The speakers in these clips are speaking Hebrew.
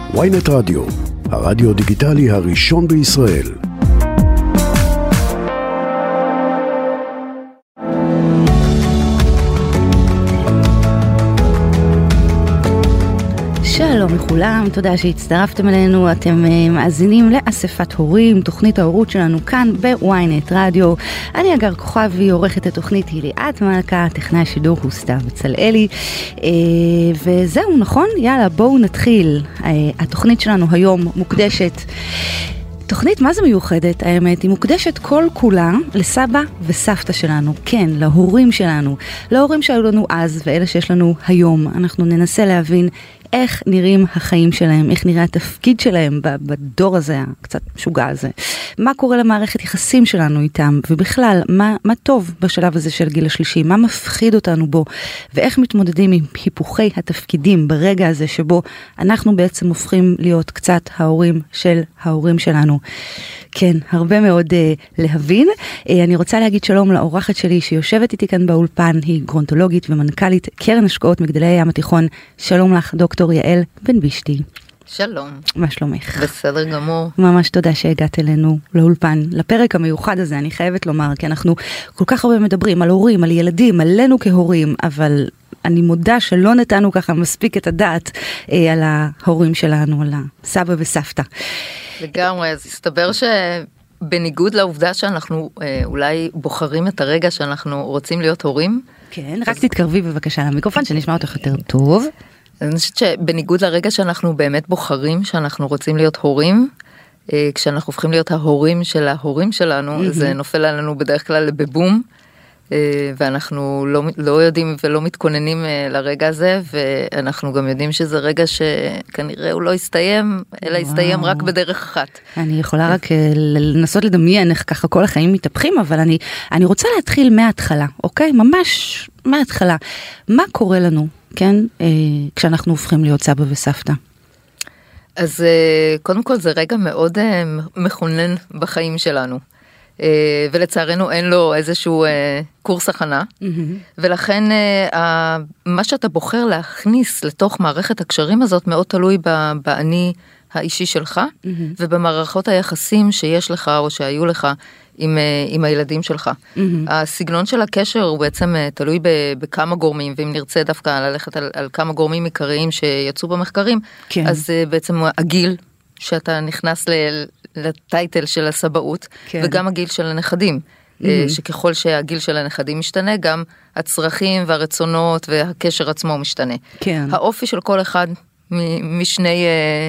ynet רדיו, הרדיו דיגיטלי הראשון בישראל. שלום לכולם, תודה שהצטרפתם אלינו, אתם מאזינים לאספת הורים, תוכנית ההורות שלנו כאן בוויינט רדיו. אני אגר כוכבי, עורכת התוכנית היא ליאת מלכה, טכנאי השידור הוא סתיו בצלאלי, וזהו, נכון? יאללה, בואו נתחיל. התוכנית שלנו היום מוקדשת, תוכנית מה זה מיוחדת, האמת, היא מוקדשת כל כולה לסבא וסבתא שלנו, כן, להורים שלנו, להורים שהיו לנו אז ואלה שיש לנו היום. אנחנו ננסה להבין איך נראים החיים שלהם, איך נראה התפקיד שלהם בדור הזה, הקצת משוגע הזה. מה קורה למערכת יחסים שלנו איתם, ובכלל, מה טוב בשלב הזה של גיל השלישי, מה מפחיד אותנו בו, ואיך מתמודדים עם היפוכי התפקידים ברגע הזה שבו אנחנו בעצם הופכים להיות קצת ההורים של ההורים שלנו. כן, הרבה מאוד להבין. אני רוצה להגיד שלום לאורחת שלי שיושבת איתי כאן באולפן, היא גרונטולוגית ומנכ"לית קרן השקעות מגדלי הים התיכון. שלום לך, דוקטור יעל בן בישתי. שלום. מה שלומך? בסדר גמור. ממש תודה שהגעת אלינו לאולפן, לפרק המיוחד הזה, אני חייבת לומר, כי אנחנו כל כך הרבה מדברים על הורים, על ילדים, עלינו כהורים, אבל אני מודה שלא נתנו ככה מספיק את הדעת על ההורים שלנו, על הסבא וסבתא. לגמרי, אז הסתבר שבניגוד לעובדה שאנחנו אולי בוחרים את הרגע שאנחנו רוצים להיות הורים. כן, רק תתקרבי בבקשה למיקרופון שנשמע אותך יותר טוב. אני חושבת שבניגוד לרגע שאנחנו באמת בוחרים שאנחנו רוצים להיות הורים, כשאנחנו הופכים להיות ההורים של ההורים שלנו, זה נופל עלינו בדרך כלל בבום, ואנחנו לא יודעים ולא מתכוננים לרגע הזה, ואנחנו גם יודעים שזה רגע שכנראה הוא לא יסתיים, אלא יסתיים רק בדרך אחת. אני יכולה רק לנסות לדמיין איך ככה כל החיים מתהפכים, אבל אני רוצה להתחיל מההתחלה, אוקיי? ממש מההתחלה. מה קורה לנו, כן, כשאנחנו הופכים להיות סבא וסבתא? אז קודם כל זה רגע מאוד מכונן בחיים שלנו. ולצערנו אין לו איזשהו קורס הכנה, ולכן מה שאתה בוחר להכניס לתוך מערכת הקשרים הזאת מאוד תלוי באני האישי שלך, ובמערכות היחסים שיש לך או שהיו לך עם הילדים שלך. הסגנון של הקשר הוא בעצם תלוי בכמה גורמים, ואם נרצה דווקא ללכת על כמה גורמים עיקריים שיצאו במחקרים, אז בעצם הגיל שאתה נכנס לטייטל של הסבאות, וגם הגיל של הנכדים, שככל שהגיל של הנכדים משתנה, גם הצרכים והרצונות והקשר עצמו משתנה. האופי של כל אחד משני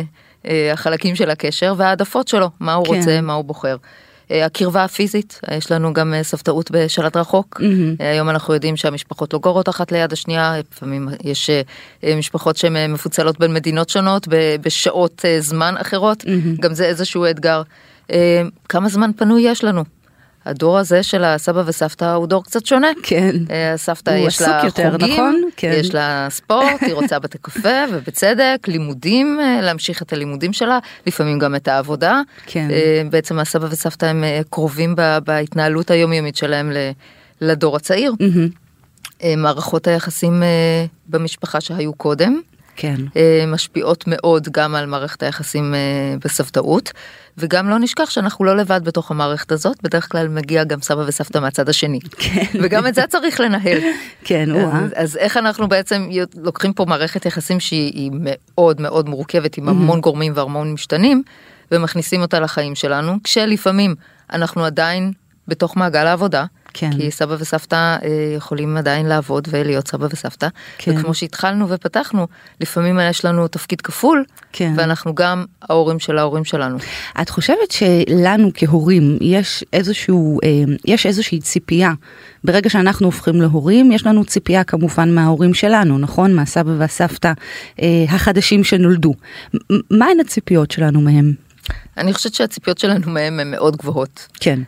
החלקים של הקשר, והעדפות שלו, מה הוא רוצה, מה הוא בוחר. הקרבה הפיזית, יש לנו גם סבתאות בשלט רחוק, היום אנחנו יודעים שהמשפחות לא גורות אחת ליד השנייה, לפעמים יש משפחות שהן מפוצלות בין מדינות שונות, בשעות זמן אחרות, גם זה איזשהו אתגר. כמה זמן פנוי יש לנו? הדור הזה של הסבא וסבתא הוא דור קצת שונה. כן. הסבתא יש לה חוגים, יש לה ספורט, היא רוצה בתי קפה, ובצדק, לימודים, להמשיך את הלימודים שלה, לפעמים גם את העבודה. כן. בעצם הסבא וסבתא הם קרובים בהתנהלות היומיומית שלהם לדור הצעיר. מערכות היחסים במשפחה שהיו קודם. כן. משפיעות מאוד גם על מערכת היחסים בסבתאות, וגם לא נשכח שאנחנו לא לבד בתוך המערכת הזאת, בדרך כלל מגיע גם סבא וסבתא מהצד השני. כן. וגם את זה צריך לנהל. כן, אז איך אנחנו בעצם לוקחים פה מערכת יחסים שהיא מאוד מאוד מורכבת, עם המון גורמים והמון משתנים, ומכניסים אותה לחיים שלנו, כשלפעמים אנחנו עדיין בתוך מעגל העבודה, כן. כי סבא וסבתא יכולים עדיין לעבוד ולהיות סבא וסבתא, כן. וכמו שהתחלנו ופתחנו, לפעמים יש לנו תפקיד כפול, כן. ואנחנו גם ההורים של ההורים שלנו. את חושבת שלנו כהורים יש איזושהי ציפייה, ברגע שאנחנו הופכים להורים, יש לנו ציפייה כמובן מההורים שלנו, נכון? מהסבא והסבתא החדשים שנולדו. מה הן הציפיות שלנו מהם? אני חושבת שהציפיות שלנו מהם הן מאוד גבוהות. כן.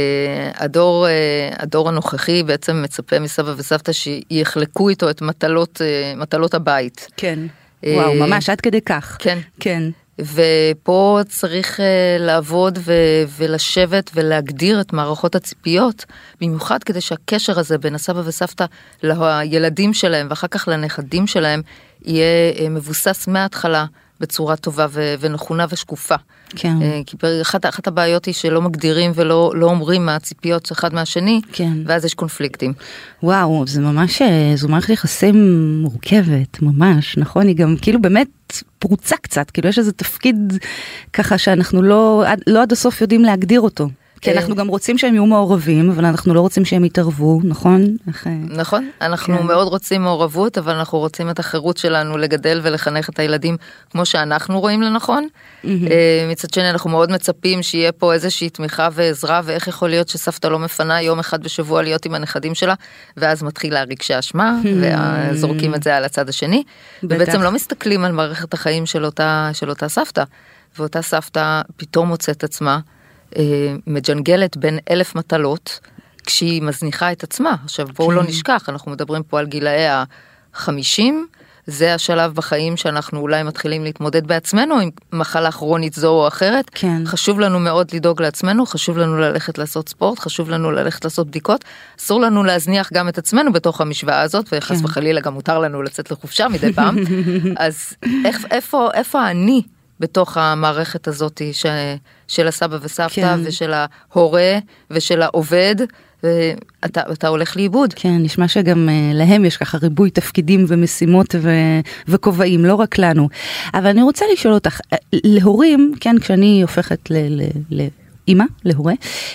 הדור הנוכחי בעצם מצפה מסבא וסבתא שיחלקו איתו את מטלות הבית. כן. וואו, ממש עד כדי כך. כן. כן. ופה צריך לעבוד ולשבת ולהגדיר את מערכות הציפיות, במיוחד כדי שהקשר הזה בין הסבא וסבתא לילדים שלהם ואחר כך לנכדים שלהם יהיה מבוסס מההתחלה בצורה טובה ונכונה ושקופה. כן. כי אחת הבעיות היא שלא מגדירים ולא אומרים מה הציפיות אחד מהשני, כן. ואז יש קונפליקטים. וואו, זה ממש, זו מערכת יחסים מורכבת, ממש, נכון? היא גם כאילו באמת פרוצה קצת, כאילו יש איזה תפקיד ככה שאנחנו לא עד הסוף יודעים להגדיר אותו. כי אנחנו גם רוצים שהם יהיו מעורבים, אבל אנחנו לא רוצים שהם יתערבו, נכון? נכון, אנחנו מאוד רוצים מעורבות, אבל אנחנו רוצים את החירות שלנו לגדל ולחנך את הילדים כמו שאנחנו רואים לנכון. מצד שני, אנחנו מאוד מצפים שיהיה פה איזושהי תמיכה ועזרה, ואיך יכול להיות שסבתא לא מפנה יום אחד בשבוע להיות עם הנכדים שלה, ואז מתחילה רגשי אשמה, וזורקים את זה על הצד השני, ובעצם לא מסתכלים על מערכת החיים של אותה סבתא, ואותה סבתא פתאום מוצאת עצמה, מג'נגלת בין 1,000 מטלות, כשהיא מזניחה את עצמה. עכשיו בואו לא נשכח, אנחנו מדברים פה על גילאי ה-50, זה השלב בחיים שאנחנו אולי מתחילים להתמודד בעצמנו עם מחלה כרונית זו או אחרת. חשוב לנו מאוד לדאוג לעצמנו, חשוב לנו ללכת לעשות ספורט, חשוב לנו ללכת לעשות בדיקות, אסור לנו להזניח גם את עצמנו בתוך המשוואה הזאת, וחס וחלילה גם מותר לנו לצאת לחופשה מדי פעם. אז איפה אני בתוך המערכת הזאת של הסבא וסבתא ושל ההורה ושל העובד, אתה הולך לאיבוד. כן, נשמע שגם להם יש ככה ריבוי תפקידים ומשימות וכובעים, לא רק לנו. אבל אני רוצה לשאול אותך, להורים, כן, כשאני הופכת לאמא, להורה,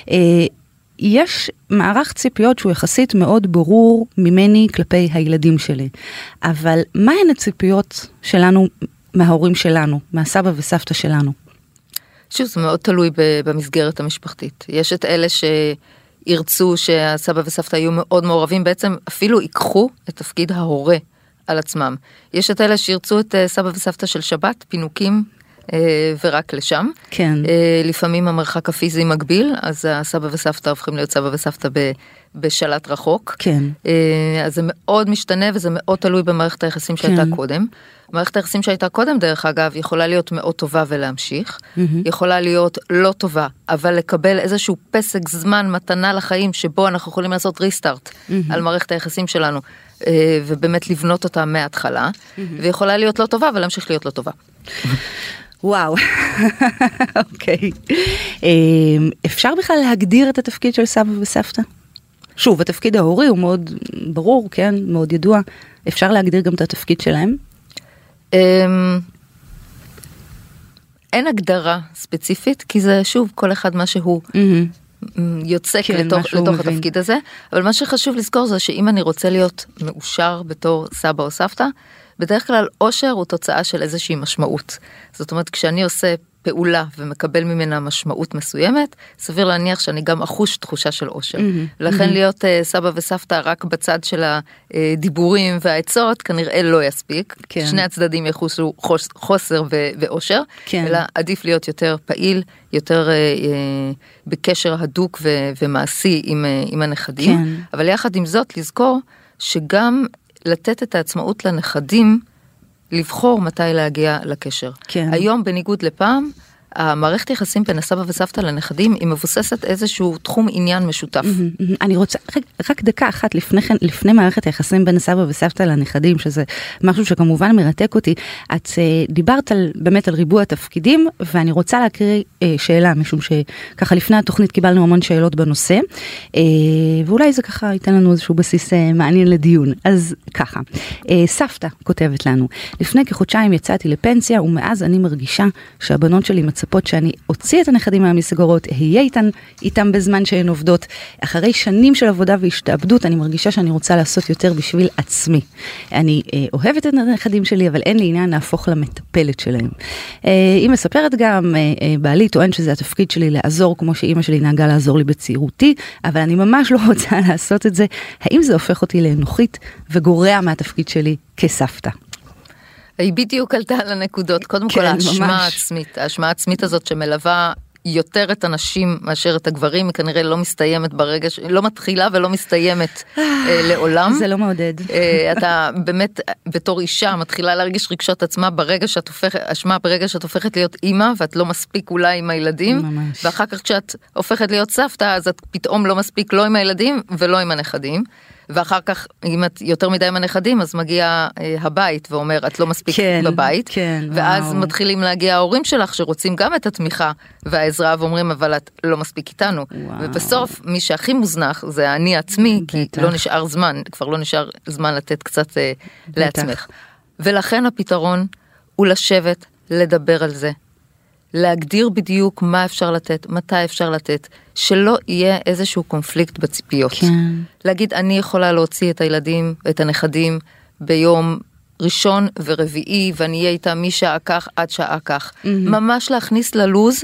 יש מערך ציפיות שהוא יחסית מאוד ברור ממני כלפי הילדים שלי. אבל מה הן הציפיות שלנו מההורים שלנו, מהסבא וסבתא שלנו? שוב, זה מאוד תלוי במסגרת המשפחתית. יש את אלה שירצו שהסבא וסבתא יהיו מאוד מעורבים, בעצם אפילו ייקחו את תפקיד ההורה על עצמם. יש את אלה שירצו את סבא וסבתא של שבת, פינוקים ורק לשם. כן. לפעמים המרחק הפיזי מגביל, אז הסבא וסבתא הופכים להיות סבא וסבתא בשלט רחוק. כן. אז זה מאוד משתנה וזה מאוד תלוי במערכת היחסים שהייתה קודם. מערכת היחסים שהייתה קודם, דרך אגב, יכולה להיות מאוד טובה ולהמשיך, יכולה להיות לא טובה, אבל לקבל איזשהו פסק זמן מתנה לחיים, שבו אנחנו יכולים לעשות ריסטארט על מערכת היחסים שלנו, ובאמת לבנות אותה מההתחלה, ויכולה להיות לא טובה, ולהמשיך להיות לא טובה. וואו, אוקיי. אפשר בכלל להגדיר את התפקיד של סבא וסבתא? שוב, התפקיד ההורי הוא מאוד ברור, כן, מאוד ידוע. אפשר להגדיר גם את התפקיד שלהם? אין הגדרה ספציפית, כי זה שוב כל אחד מה שהוא יוצק לתוך התפקיד הזה, אבל מה שחשוב לזכור זה שאם אני רוצה להיות מאושר בתור סבא או סבתא, בדרך כלל אושר הוא תוצאה של איזושהי משמעות. זאת אומרת, כשאני עושה פעולה ומקבל ממנה משמעות מסוימת, סביר להניח שאני גם אחוש תחושה של אושר. לכן להיות סבא וסבתא רק בצד של הדיבורים והעצות, כנראה לא יספיק. שני הצדדים יחושו חוסר ואושר, אלא עדיף להיות יותר פעיל, יותר בקשר הדוק ומעשי עם הנכדים. אבל יחד עם זאת, לזכור שגם לתת את העצמאות לנכדים, לבחור מתי להגיע לקשר. היום בניגוד לפעם, המערכת יחסים בין הסבא וסבתא לנכדים היא מבוססת איזשהו תחום עניין משותף. אני רוצה, רק דקה אחת לפני מערכת היחסים בין הסבא וסבתא לנכדים, שזה משהו שכמובן מרתק אותי, את דיברת באמת על ריבוע התפקידים, ואני רוצה להקריא שאלה, משום שככה לפני התוכנית קיבלנו המון שאלות בנושא, ואולי זה ככה ייתן לנו איזשהו בסיס מעניין לדיון. אז ככה, סבתא כותבת לנו, לפני כחודשיים יצאתי לפנסיה, ומאז אני מרגישה שהבנות שלי מצפות שאני אוציא את הנכדים מהמסגרות, אהיה איתם בזמן שהן עובדות. אחרי שנים של עבודה והשתעבדות, אני מרגישה שאני רוצה לעשות יותר בשביל עצמי. אני אוהבת את הנכדים שלי, אבל אין לי עניין להפוך למטפלת שלהם. היא מספרת גם, בעלי טוען שזה התפקיד שלי לעזור, כמו שאימא שלי נהגה לעזור לי בצעירותי, אבל אני ממש לא רוצה לעשות את זה. האם זה הופך אותי לאנוכית וגורע מהתפקיד שלי כסבתא? היא בדיוק עלתה על הנקודות. קודם כל, האשמה העצמית. האשמה העצמית הזאת שמלווה יותר את הנשים מאשר את הגברים, היא כנראה לא מסתיימת ברגע, לא מתחילה ולא מסתיימת לעולם. זה לא מעודד. אתה באמת, בתור אישה, מתחילה להרגיש רגשות עצמה ברגע שאת הופכת להיות אימא, ואת לא מספיק אולי עם הילדים, ואחר כך כשאת הופכת להיות סבתא, אז את פתאום לא מספיק לא עם הילדים ולא עם הנכדים. ואחר כך, אם את יותר מדי עם הנכדים, אז מגיע הבית ואומר, את לא מספיק בבית, ואז מתחילים להגיע ההורים שלך, שרוצים גם את התמיכה והעזרה, ואומרים, אבל את לא מספיק איתנו. ובסוף, מי שהכי מוזנח, זה אני עצמי, כי לא נשאר זמן, כבר לא נשאר זמן לתת קצת לעצמך. ולכן הפתרון הוא לשבת, לדבר על זה, להגדיר בדיוק מה אפשר לתת, מתי אפשר לתת, שלא יהיה איזשהו קונפליקט בציפיות. כן. להגיד, אני יכולה להוציא את הילדים, את הנכדים, ביום ראשון ורביעי, ואני אהיה איתם משעה כך עד שעה כך. ממש להכניס ללוז,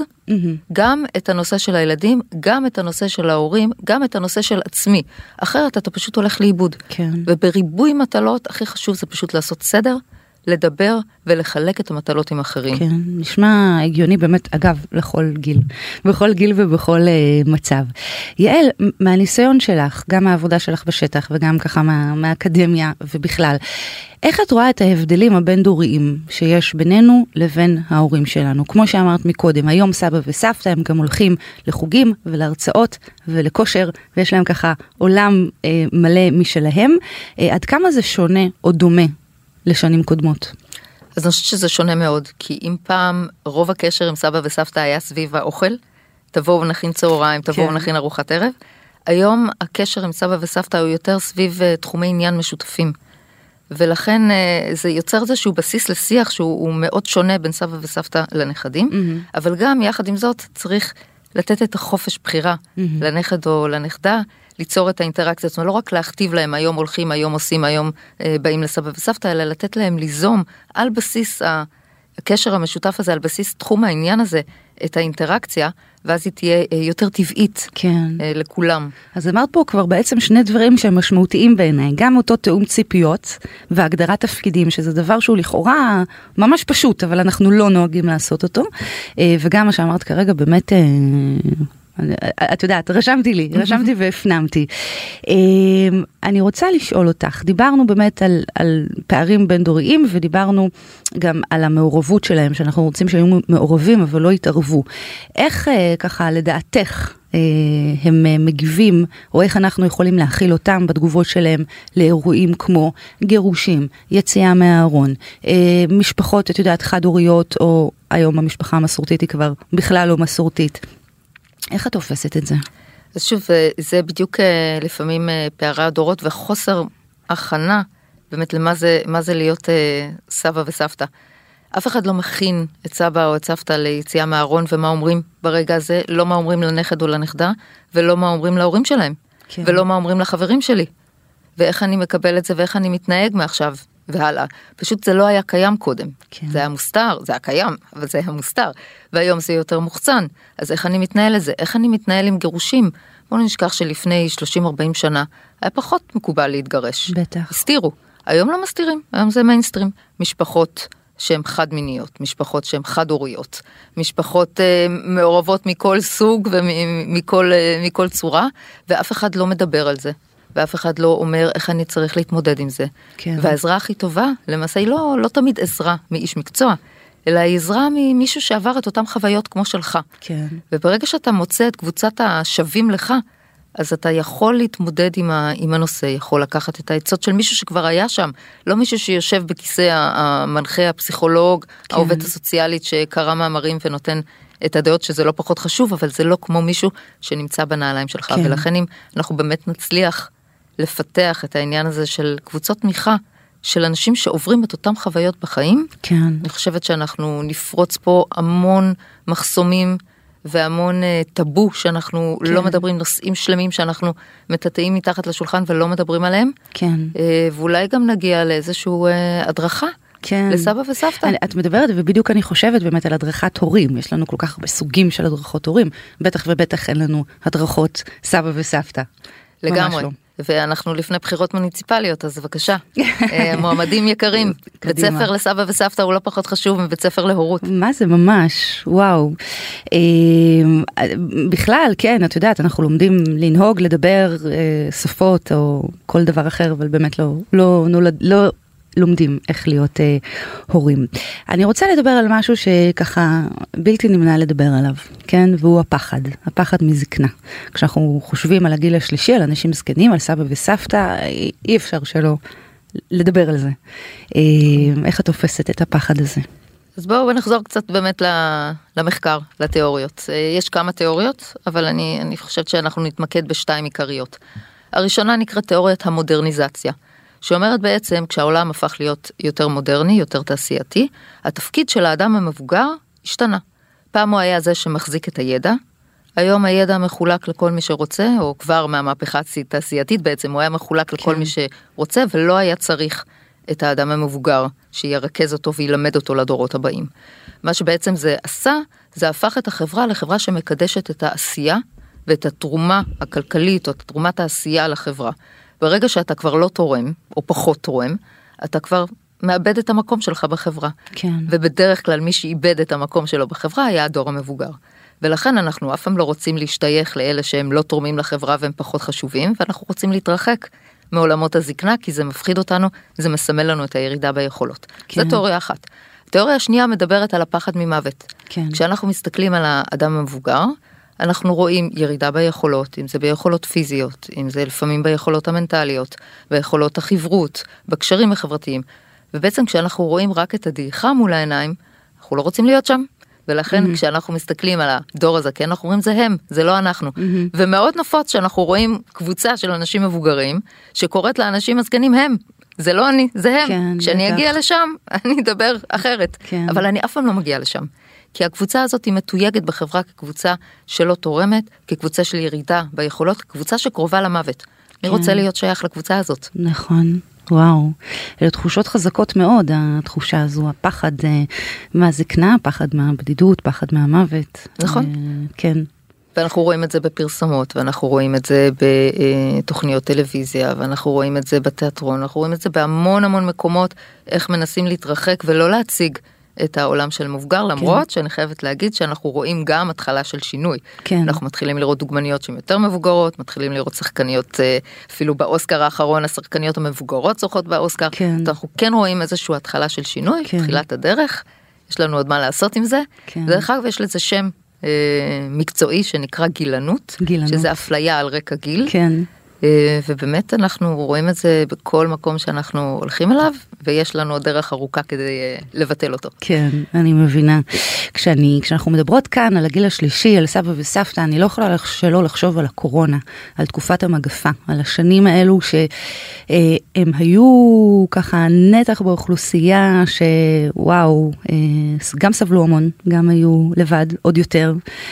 גם את הנושא של הילדים, גם את הנושא של ההורים, גם את הנושא של עצמי. אחרת אתה פשוט הולך לאיבוד. כן. ובריבוי מטלות, הכי חשוב זה פשוט לעשות סדר, לדבר ולחלק את המטלות עם אחרים. כן, נשמע הגיוני באמת, אגב, לכל גיל, בכל גיל ובכל מצב. יעל, מהניסיון שלך, גם מהעבודה שלך בשטח, וגם ככה מהאקדמיה ובכלל, איך את רואה את ההבדלים הבין-דוריים שיש בינינו לבין ההורים שלנו? כמו שאמרת מקודם, היום סבא וסבתא הם גם הולכים לחוגים ולהרצאות ולכושר, ויש להם ככה עולם מלא משלהם. עד כמה זה שונה או דומה לשנים קודמות? אז אני חושבת שזה שונה מאוד, כי אם פעם רוב הקשר עם סבא וסבתא היה סביב האוכל, תבואו ונכין צהריים, תבואו ונכין ארוחת ערב, היום הקשר עם סבא וסבתא הוא יותר סביב תחומי עניין משותפים, ולכן זה יוצר איזשהו בסיס לשיח שהוא מאוד שונה בין סבא וסבתא לנכדים, אבל גם יחד עם זאת צריך לתת את החופש בחירה לנכד או לנכדה, ליצור את האינטראקציה, זאת אומרת, לא רק להכתיב להם, היום הולכים, היום עושים, היום באים לסבא וסבתא, אלא לתת להם ליזום על בסיס הקשר המשותף הזה, על בסיס תחום העניין הזה, את האינטראקציה, ואז היא תהיה יותר טבעית לכולם. אז אמרת פה כבר בעצם שני דברים שהם משמעותיים בעיניי, גם אותו תאום ציפיות והגדרת תפקידים, שזה דבר שהוא לכאורה ממש פשוט, אבל אנחנו לא נוהגים לעשות אותו, וגם מה שאמרת כרגע באמת את יודעת, רשמתי והפנמתי. אני רוצה לשאול אותך, דיברנו באמת על פערים בין דוריים, ודיברנו גם על המעורבות שלהם, שאנחנו רוצים שהיו מעורבים, אבל לא יתערבו. איך ככה לדעתך הם מגיבים, או איך אנחנו יכולים להכיל אותם בתגובות שלהם לאירועים כמו גירושים, יציאה מהארון, משפחות, את יודעת, חד-הוריות, או היום המשפחה המסורתית היא כבר בכלל לא מסורתית. איך את תופסת את זה? אז שוב, זה בדיוק לפעמים פערי הדורות וחוסר הכנה, באמת למה זה להיות סבא וסבתא. אף אחד לא מכין את סבא או את סבתא ליציאה מהארון, ומה אומרים ברגע הזה, לא מה אומרים לנכד או לנכדה, ולא מה אומרים להורים שלהם, כן. ולא מה אומרים לחברים שלי, ואיך אני מקבל את זה, ואיך אני מתנהג מעכשיו והלאה. פשוט זה לא היה קיים קודם. כן. זה היה מוסתר, זה היה קיים, אבל זה היה מוסתר. והיום זה יותר מוחצן. אז איך אני מתנהל לזה? איך אני מתנהל עם גירושים? בואו נשכח שלפני 30-40 שנה, היה פחות מקובל להתגרש. בטח. הסתירו. היום לא מסתירים, היום זה מיינסטרים. משפחות שהן חד-מיניות, משפחות שהן חד-הוריות, משפחות מעורבות מכל סוג ומכל צורה, ואף אחד לא מדבר על זה. ואף אחד לא אומר איך אני צריך להתמודד עם זה. כן. והעזרה הכי טובה, למעשה היא לא תמיד עזרה מאיש מקצוע, אלא היא עזרה ממישהו שעבר את אותם חוויות כמו שלך. כן. וברגע שאתה מוצא את קבוצת השווים לך, אז אתה יכול להתמודד עם הנושא, יכול לקחת את העצות של מישהו שכבר היה שם, לא מישהו שיושב בכיסא המנחה, הפסיכולוג, כן. העובד הסוציאלית שקרא מאמרים ונותן את הדעות שזה לא פחות חשוב, אבל זה לא כמו מישהו שנמצא בנעליים שלך. כן. ולכן אם אנחנו באמת נצליח לפתח את העניין הזה של קבוצות תמיכה, של אנשים שעוברים את אותם חוויות בחיים, כן. אני חושבת שאנחנו נפרוץ פה המון מחסומים, והמון טאבו שאנחנו כן. לא מדברים, נושאים שלמים שאנחנו מטאטאים מתחת לשולחן ולא מדברים עליהם, כן. ואולי גם נגיע לאיזשהו הדרכה, כן. לסבא וסבתא. את מדברת, ובדיוק אני חושבת באמת על הדרכת הורים, יש לנו כל כך הרבה סוגים של הדרכות הורים, בטח ובטח אין לנו הדרכות סבא וסבתא. לגמרי. לא. ואנחנו לפני בחירות מוניציפליות, אז בבקשה, מועמדים יקרים, בית ספר לסבא וסבתא הוא לא פחות חשוב מבית ספר להורות. מה זה ממש, וואו. בכלל, כן, את יודעת, אנחנו לומדים לנהוג, לדבר שפות או כל דבר אחר, אבל באמת לא לומדים איך להיות הורים. אני רוצה לדבר על משהו שככה בלתי נמנע לדבר עליו, כן? והוא הפחד, הפחד מזקנה. כשאנחנו חושבים על הגיל השלישי, על אנשים זקנים, על סבא וסבתא, אי אפשר שלא לדבר על זה. איך את תופסת את הפחד הזה? אז בואו נחזור קצת באמת למחקר, לתיאוריות. יש כמה תיאוריות, אבל אני חושבת שאנחנו נתמקד בשתיים עיקריות. הראשונה נקראת תיאוריית המודרניזציה, שאומרת בעצם כשהעולם הפך להיות יותר מודרני, יותר תעשייתי, התפקיד של האדם המבוגר השתנה. פעם הוא היה זה שמחזיק את הידע, היום הידע מחולק לכל מי שרוצה, או כבר מהמהפכה התעשייתית בעצם, הוא היה מחולק לכל מי שרוצה, ולא היה צריך את האדם המבוגר שירכז אותו וילמד אותו לדורות הבאים. מה שבעצם זה עשה, זה הפך את החברה לחברה שמקדשת את העשייה, ואת התרומה הכלכלית, או את תרומת העשייה לחברה. ברגע שאתה כבר לא תורם, או פחות תורם, אתה כבר מאבד את המקום שלך בחברה. כן. ובדרך כלל מי שאיבד את המקום שלו בחברה היה הדור המבוגר. ולכן אנחנו אף פעם לא רוצים להשתייך לאלה שהם לא תורמים לחברה והם פחות חשובים, ואנחנו רוצים להתרחק מעולמות הזקנה, כי זה מפחיד אותנו, זה מסמל לנו את הירידה ביכולות. כן. זו תיאוריה אחת. התיאוריה השנייה מדברת על הפחד ממוות. כן. כשאנחנו מסתכלים על האדם המבוגר, אנחנו רואים ירידה ביכולות, אם זה ביכולות פיזיות, אם זה לפעמים ביכולות המנטליות, ביכולות החברות, בקשרים החברתיים. ובעצם כשאנחנו רואים רק את הדעיכה מול העיניים, אנחנו לא רוצים להיות שם. ולכן כשאנחנו מסתכלים על הדור הזה, כן, אנחנו רואים זה הם, זה לא אנחנו. ומאוד נפוץ שאנחנו רואים קבוצה של אנשים מבוגרים, שקוראת לאנשים הזקנים הם. זה לא אני, זה הם. כן, כשאני אגיע לשם, אני אדבר אחרת. כן. אבל אני אף פעם לא מגיע לשם. כי הקבוצה הזאת היא מתויגת בחברה כקבוצה שלא תורמת, כקבוצה של ירידה ביכולות, כקבוצה שקרובה למוות. כן. אני רוצה להיות שייך לקבוצה הזאת. נכון. וואו, אלה תחושות חזקות מאוד, התחושה הזו, הפחד מהזקנה, פחד מהבדידות, פחד מהמוות. נכון. כן. ואנחנו רואים את זה בפרסומות, ואנחנו רואים את זה בתוכניות טלוויזיה, ואנחנו רואים את זה בתיאטרון, אנחנו רואים את זה בהמון המון מקומות, איך מנסים להתרחק ולא להציג את העולם של מבוגר, למרות שאני חייבת להגיד שאנחנו רואים גם התחלה של שינוי. אנחנו מתחילים לראות דוגמניות שהן יותר מבוגרות, מתחילים לראות שחקניות, אפילו באוסקר האחרון, השחקניות המבוגרות זוכות באוסקר. אנחנו כן רואים איזושהי התחלה של שינוי, תחילת הדרך, יש לנו עוד מה לעשות עם זה. דרך אגב, יש לזה שם מקצועי שנקרא גילנות, שזה אפליה על רקע גיל. ובאמת אנחנו רואים את זה בכל מקום שאנחנו הולכים אליו, ויש לנו דרך ארוכה כדי לבטל אותו. כן, אני מבינה. כשאנחנו מדברות כאן על הגיל השלישי, על סבא וסבתא, אני לא יכולה שלא לחשוב על הקורונה, על תקופת המגפה, על השנים האלו שהם היו ככה נתח באוכלוסייה שוואו, גם סבלו המון, גם היו לבד עוד יותר,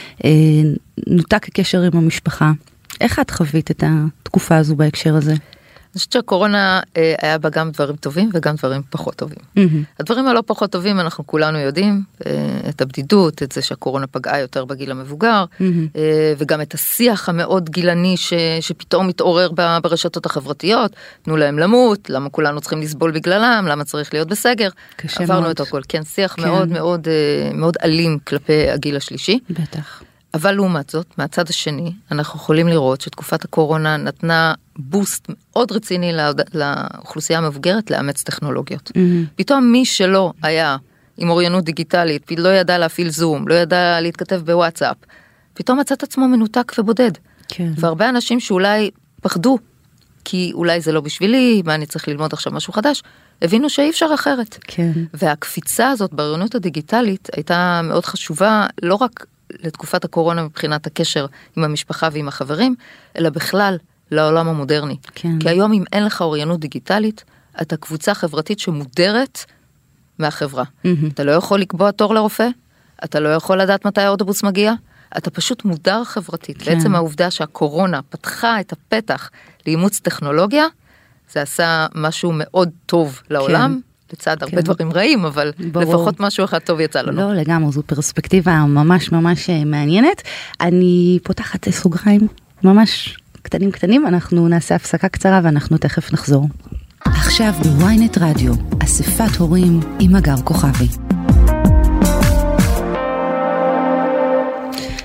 נותק הקשר עם המשפחה. איך את חווית את התקופה הזו בהקשר הזה? אני חושבת שהקורונה היה בה גם דברים טובים וגם דברים פחות טובים. הדברים הלא פחות טובים אנחנו כולנו יודעים, את הבדידות, את זה שהקורונה פגעה יותר בגיל המבוגר, וגם את השיח המאוד גילני שפתאום מתעורר ברשתות החברתיות, תנו להם למות, למה כולנו צריכים לסבול בגללם, למה צריך להיות בסגר. עברנו את הכל, כן, שיח מאוד מאוד מאוד אלים כלפי הגיל השלישי. בטח. אבל לעומת זאת, מהצד השני, אנחנו יכולים לראות שתקופת הקורונה נתנה בוסט מאוד רציני לאוכלוסייה המבוגרת לאמץ טכנולוגיות. פתאום מי שלא היה עם אוריינות דיגיטלית, לא ידע להפעיל זום, לא ידע להתכתב בוואטסאפ, פתאום מצאת עצמו מנותק ובודד. כן. והרבה אנשים שאולי פחדו, כי אולי זה לא בשבילי, מה אני צריך ללמוד עכשיו משהו חדש, הבינו שאי אפשר אחרת. כן. והקפיצה הזאת באוריינות הדיגיטלית הייתה מאוד חשובה, לא רק לתקופת הקורונה מבחינת הקשר עם המשפחה ועם החברים, אלא בכלל לעולם המודרני. כן. כי היום אם אין לך אוריינות דיגיטלית, אתה קבוצה חברתית שמודרת מהחברה. אתה לא יכול לקבוע תור לרופא, אתה לא יכול לדעת מתי האוטובוס מגיע, אתה פשוט מודר חברתית. כן. בעצם העובדה שהקורונה פתחה את הפתח לאימוץ טכנולוגיה, זה עשה משהו מאוד טוב לעולם, כן. לצד הרבה דברים רעים, אבל לפחות משהו אחד טוב יצא לנו. לא, לגמרי, זו פרספקטיבה ממש ממש מעניינת. אני פותחת סוגריים ממש קטנים, אנחנו נעשה הפסקה קצרה ואנחנו תכף נחזור. עכשיו בוויינט רדיו, אספת הורים עם אגר כוכבי.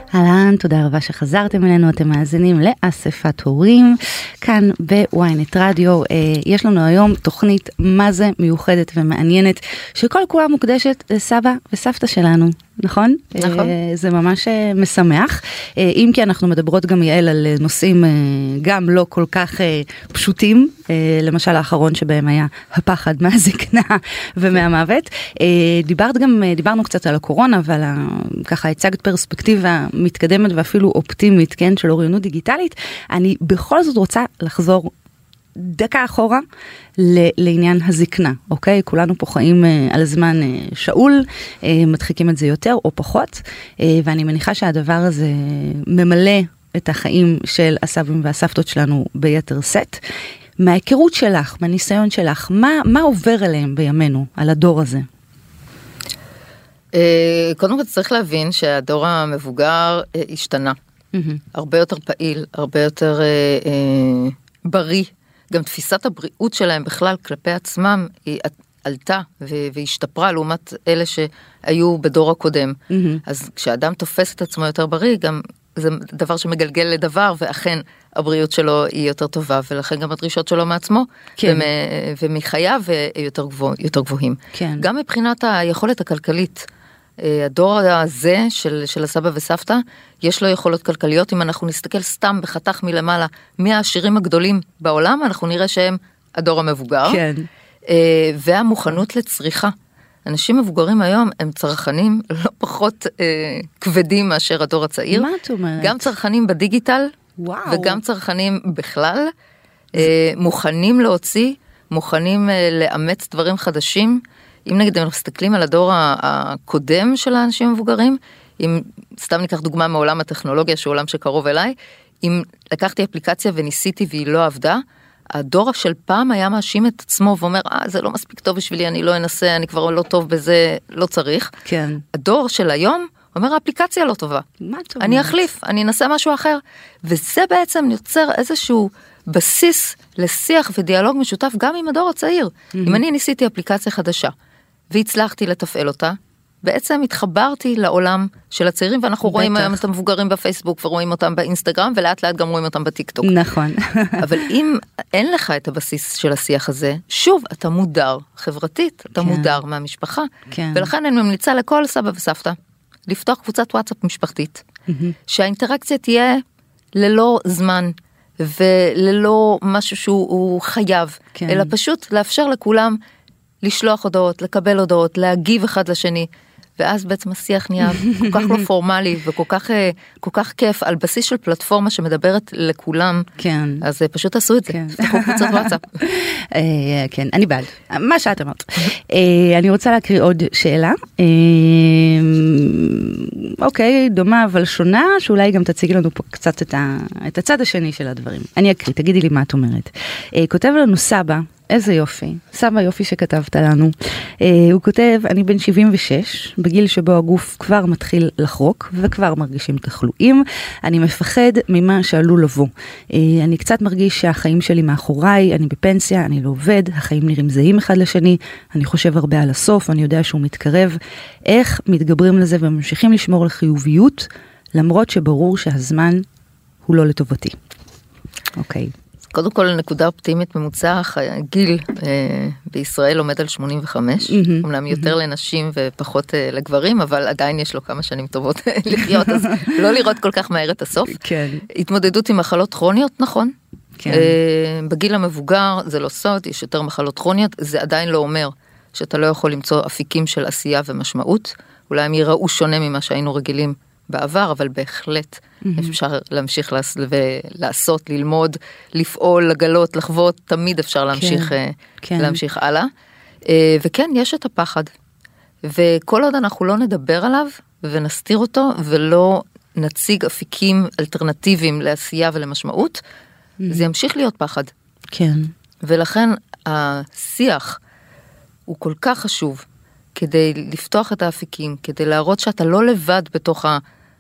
אהלן, תודה רבה שחזרתם אלינו, אתם מאזינים לאספת הורים, כאן בוויינט רדיו. יש לנו היום תוכנית מה זה מיוחדת ומעניינת, שכל כולה מוקדשת לסבא וסבתא שלנו, נכון? נכון. זה ממש משמח, אם כי אנחנו מדברות גם יעל על נושאים גם לא כל כך פשוטים, למשל האחרון שבהם היה הפחד מהזקנה ומהמוות. דיברנו קצת על הקורונה, אבל ככה הצגת פרספקטיבה מתקדמת ואפילו אופטימית, כן, של אוריינות דיגיטלית. אני בכל זאת רוצה לחזור דקה אחורה לעניין הזקנה, אוקיי? כולנו פה חיים על זמן שאול, מדחיקים את זה יותר או פחות, ואני מניחה שהדבר הזה ממלא את החיים של הסבים והסבתות שלנו ביתר סט. מההיכרות שלך, מהניסיון שלך, מה עובר אליהם בימינו, על הדור הזה? קודם כל צריך להבין שהדור המבוגר השתנה. הרבה יותר פעיל, הרבה יותר בריא. גם תפיסת הבריאות שלהם בכלל כלפי עצמם היא עלתה והשתפרה לעומת אלה שהיו בדור הקודם. אז כשאדם תופס את עצמו יותר בריא, גם זה דבר שמגלגל לדבר, ואכן הבריאות שלו היא יותר טובה, ולכן גם הדרישות שלו מעצמו, כן. ומחייו יותר גבוהים. כן. גם מבחינת היכולת הכלכלית, הדור הזה של הסבא וסבתא, יש לו יכולות כלכליות. אם אנחנו נסתכל סתם בחתך מלמעלה, מהעשירים הגדולים בעולם, אנחנו נראה שהם הדור המבוגר. כן. והמוכנות לצריכה. אנשים מבוגרים היום הם צרכנים לא פחות כבדים מאשר הדור הצעיר. מה את אומרת? גם צרכנים בדיגיטל, וואו. וגם צרכנים בכלל, מוכנים להוציא, מוכנים לאמץ דברים חדשים. אם נגיד אנחנו מסתכלים על הדור הקודם של האנשים המבוגרים, אם סתם ניקח דוגמה מעולם הטכנולוגיה, שהוא עולם שקרוב אליי, אם לקחתי אפליקציה וניסיתי והיא לא עבדה, הדור של פעם היה מאשים את עצמו ואומר, זה לא מספיק טוב בשבילי, אני לא אנסה, אני כבר לא טוב בזה, לא צריך. כן. הדור של היום אומר, האפליקציה לא טובה. אני אחליף, אני אנסה משהו אחר. וזה בעצם יוצר איזשהו בסיס לשיח ודיאלוג משותף גם עם הדור הצעיר. אם אני ניסיתי אפליקציה חדשה, והצלחתי לתפעל אותה, בעצם התחברתי לעולם של הצעירים, ואנחנו רואים היום את המבוגרים בפייסבוק, ורואים אותם באינסטגרם, ולאט לאט גם רואים אותם בטיקטוק. נכון. אבל אם אין לך את הבסיס של השיח הזה, שוב, אתה מודר חברתית, אתה מודר מהמשפחה, ולכן אני ממליצה לכל סבא וסבתא, לפתוח קבוצת וואטסאפ משפחתית, שהאינטראקציה תהיה ללא זמן, וללא משהו שהוא חייב, אלא פשוט לאפשר לכולם לשלוח הודעות, לקבל הודעות, להגיב אחד לשני, ואז בעצם השיח נהיה כל כך לא פורמלי, וכל כך כיף, על בסיס של פלטפורמה שמדברת לכולם, כן. אז פשוט עשו את זה, תפתחו קבוצת וואטסאפ. כן, אני בעד, מה שאת אמרת. אני רוצה להקריא עוד שאלה, אוקיי, דומה אבל שונה, שאולי גם תציגי לנו פה קצת את הצד השני של הדברים. אני אקריא, תגידי לי מה את אומרת. כותב לנו סבא, איזה יופי, סבא יופי שכתבת לנו. הוא כותב, אני בן 76, בגיל שבו הגוף כבר מתחיל לחרוק, וכבר מרגישים תחלואים. אני מפחד ממה שעלול לבוא. אני קצת מרגיש שהחיים שלי מאחוריי, אני בפנסיה, אני לא עובד, החיים נראים זהים אחד לשני, אני חושב הרבה על הסוף, אני יודע שהוא מתקרב. איך מתגברים לזה וממשיכים לשמור על חיוביות, למרות שברור שהזמן הוא לא לטובתי. אוקיי. קודם כל, נקודה אופטימית, ממוצע הגיל בישראל עומד על 85, אומנם יותר לנשים ופחות לגברים, אבל עדיין יש לו כמה שנים טובות לחיות, אז לא לראות כל כך מהר את הסוף. התמודדות עם מחלות כרוניות, נכון. בגיל המבוגר זה לא סוד, יש יותר מחלות כרוניות, זה עדיין לא אומר שאתה לא יכול למצוא אפיקים של עשייה ומשמעות, אולי הם יראו שונה ממה שהיינו רגילים בעבר, אבל בהחלט אפשר להמשיך לעשות, ללמוד, לפעול, לגלות, לחוות, תמיד אפשר להמשיך הלאה. וכן, יש את הפחד. וכל עוד אנחנו לא נדבר עליו ונסתיר אותו, ולא נציג אפיקים אלטרנטיביים לעשייה ולמשמעות, זה ימשיך להיות פחד. כן. ולכן השיח הוא כל כך חשוב, כדי לפתוח את האפיקים, כדי להראות שאתה לא לבד בתוך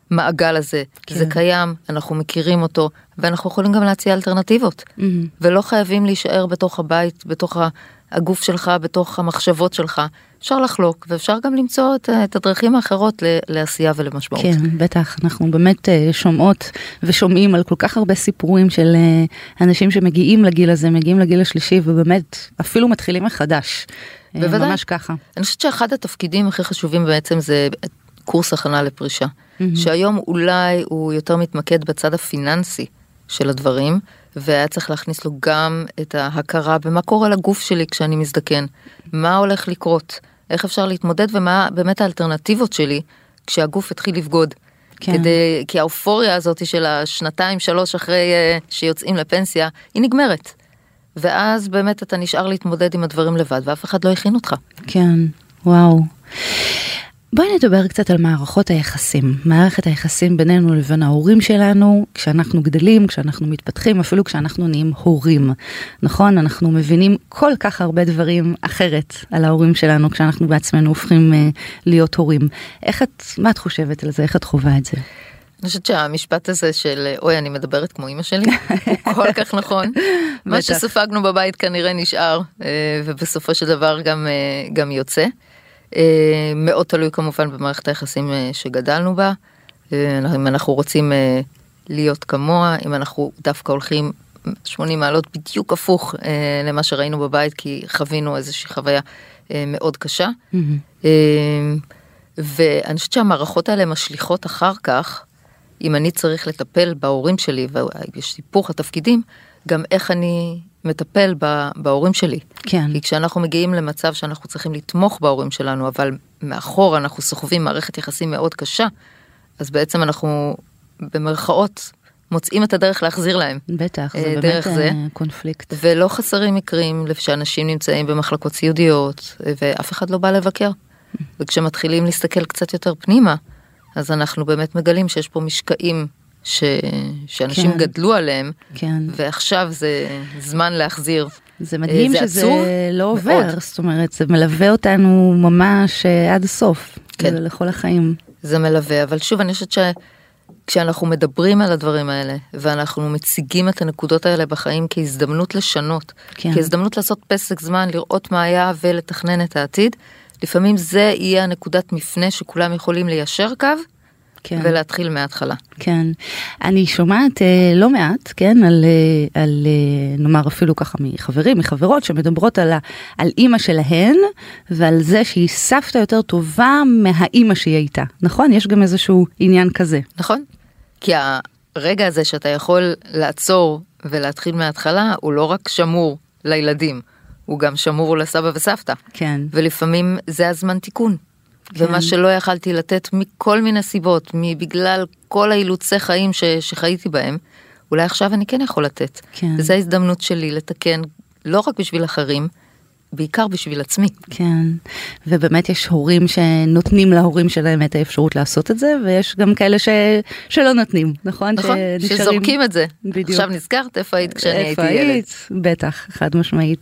המעגל הזה. כן. זה קיים, אנחנו מכירים אותו, ואנחנו יכולים גם להציע אלטרנטיבות. ולא חייבים להישאר בתוך הבית, בתוך הגוף שלך, בתוך המחשבות שלך. אפשר לחלוק, ואפשר גם למצוא את הדרכים האחרות לעשייה ולמשמעות. כן, בטח, אנחנו באמת שומעות ושומעים על כל כך הרבה סיפורים של אנשים שמגיעים לגיל הזה, מגיעים לגיל השלישי, ובאמת אפילו מתחילים מחדש. בוודאי. ממש ככה. אני חושבת שאחד התפקידים הכי חשובים בעצם זה קורס הכנה לפרישה, שהיום אולי הוא יותר מתמקד בצד הפיננסי של הדברים, והיה צריך להכניס לו גם את ההכרה במה קורה לגוף שלי כשאני מזדקן, מה הולך לקרות, איך אפשר להתמודד ומה באמת האלטרנטיבות שלי כשהגוף התחיל לבגוד. כן. כי האופוריה הזאת של השנתיים, 3 אחרי שיוצאים לפנסיה, היא נגמרת. ואז באמת אתה נשאר להתמודד עם הדברים לבד, ואף אחד לא הכין אותך. כן, וואו. בואי נדבר קצת על מערכות היחסים, מערכת היחסים בינינו לבין ההורים שלנו, כשאנחנו גדלים, כשאנחנו מתפתחים, אפילו כשאנחנו נהיים הורים. נכון? אנחנו מבינים כל כך הרבה דברים אחרת על ההורים שלנו, כשאנחנו בעצמנו הופכים להיות הורים. מה את חושבת על זה? איך את חווה את זה? אני חושבת שהמשפט הזה של, אוי, אני מדברת כמו אמא שלי, הוא כל כך נכון. מה שספגנו בבית כנראה נשאר, ובסופו של דבר גם יוצא. מאוד תלוי כמובן במערכת היחסים שגדלנו בה, אם אנחנו רוצים להיות כמוה, אם אנחנו דווקא הולכים 80 מעלות בדיוק הפוך למה שראינו בבית, כי חווינו איזושהי חוויה מאוד קשה. ואני חושבת שהמערכות האלה משליחות אחר כך, אם אני צריך לטפל בהורים שלי, ויש סיפוך התפקידים, גם איך אני מטפל בהורים שלי. כן. כי כשאנחנו מגיעים למצב שאנחנו צריכים לתמוך בהורים שלנו, אבל מאחור אנחנו סוחבים מערכת יחסים מאוד קשה, אז בעצם אנחנו במרכאות מוצאים את הדרך להחזיר להם. בטח, זה באמת קונפליקט. ולא חסרים מקרים שאנשים נמצאים במחלקות סיעודיות, ואף אחד לא בא לבקר. וכשמתחילים להסתכל קצת יותר פנימה, אז אנחנו באמת מגלים שיש פה משקעים שאנשים גדלו עליהם, ועכשיו זה זמן להחזיר. זה מדהים שזה לא עובר, זאת אומרת, זה מלווה אותנו ממש עד הסוף, לכל החיים. זה מלווה, אבל שוב, אני חושבת שכשאנחנו מדברים על הדברים האלה, ואנחנו מציגים את הנקודות האלה בחיים כהזדמנות לשנות, כהזדמנות לעשות פסק זמן, לראות מה היה ולתכנן את העתיד, לפעמים זה יהיה הנקודת מפנה שכולם יכולים ליישר קו, כן. ולהתחיל מההתחלה. כן. אני שומעת לא מעט, כן, על נאמר אפילו ככה מחברים, מחברות, שמדברות על אימא שלהן, ועל זה שהיא סבתא יותר טובה מהאימא שהיא הייתה. נכון? יש גם איזשהו עניין כזה. נכון. כי הרגע הזה שאתה יכול לעצור ולהתחיל מההתחלה, הוא לא רק שמור לילדים, הוא גם שמור לסבא וסבתא. כן. ולפעמים זה הזמן תיקון. ומה שלא יכלתי לתת מכל מיני סיבות, בגלל כל האילוצי חיים שחייתי בהם, אולי עכשיו אני כן יכול לתת. כן. וזו ההזדמנות שלי לתקן, לא רק בשביל אחרים, בעיקר בשביל עצמי. כן, ובאמת יש הורים שנותנים להורים שלהם את האפשרות לעשות את זה, ויש גם כאלה שלא נותנים, נכון? נכון, שזורקים את זה. בדיוק. עכשיו נזכרת איפה היית כשאני הייתי ילד. איפה היית? בטח, חד משמעית.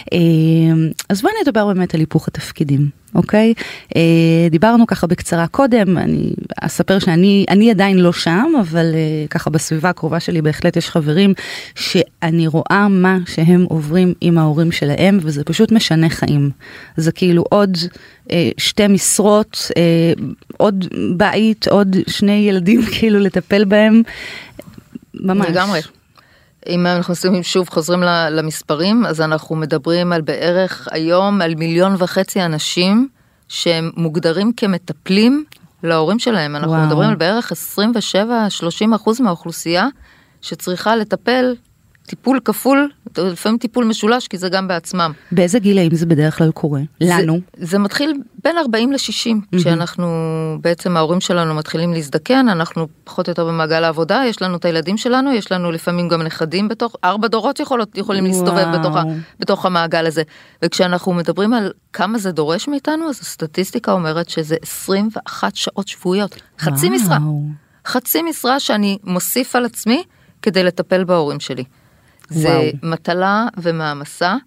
אז בואי נדבר באמת על היפוך התפקידים, אוקיי? דיברנו ככה בקצרה קודם, אני אספר שאני עדיין לא שם, אבל ככה בסביבה הקרובה שלי בהחלט יש חברים שאני רואה מה שהם עוברים עם ההורים שלהם, וזה פשוט משנה חיים. זה כאילו עוד 2 משרות, עוד בית, עוד 2 ילדים כאילו לטפל בהם, ממש. לגמרי. אם אנחנו שוב חוזרים למספרים, אז אנחנו מדברים על בערך היום על 1.5 מיליון אנשים שהם מוגדרים כמטפלים להורים שלהם. אנחנו מדברים על בערך 27-30% מהאוכלוסייה שצריכה לטפל טיפול כפול, לפעמים טיפול משולש, כי זה גם בעצמם. באיזה גילאים זה בדרך כלל קורה? לנו? זה מתחיל בין 40 ל-60, כשאנחנו, בעצם ההורים שלנו מתחילים להזדקן, אנחנו פחות או יותר במעגל העבודה, יש לנו את הילדים שלנו, יש לנו לפעמים גם נכדים בתוך, 4 דורות יכולים להסתובב בתוך המעגל הזה. וכשאנחנו מדברים על כמה זה דורש מאיתנו, אז הסטטיסטיקה אומרת שזה 21 שעות שבועיות. חצי משרה. חצי משרה שאני מוסיף על עצמי, כדי לטפל בהורים שלי. זה מטלה ומאמסה,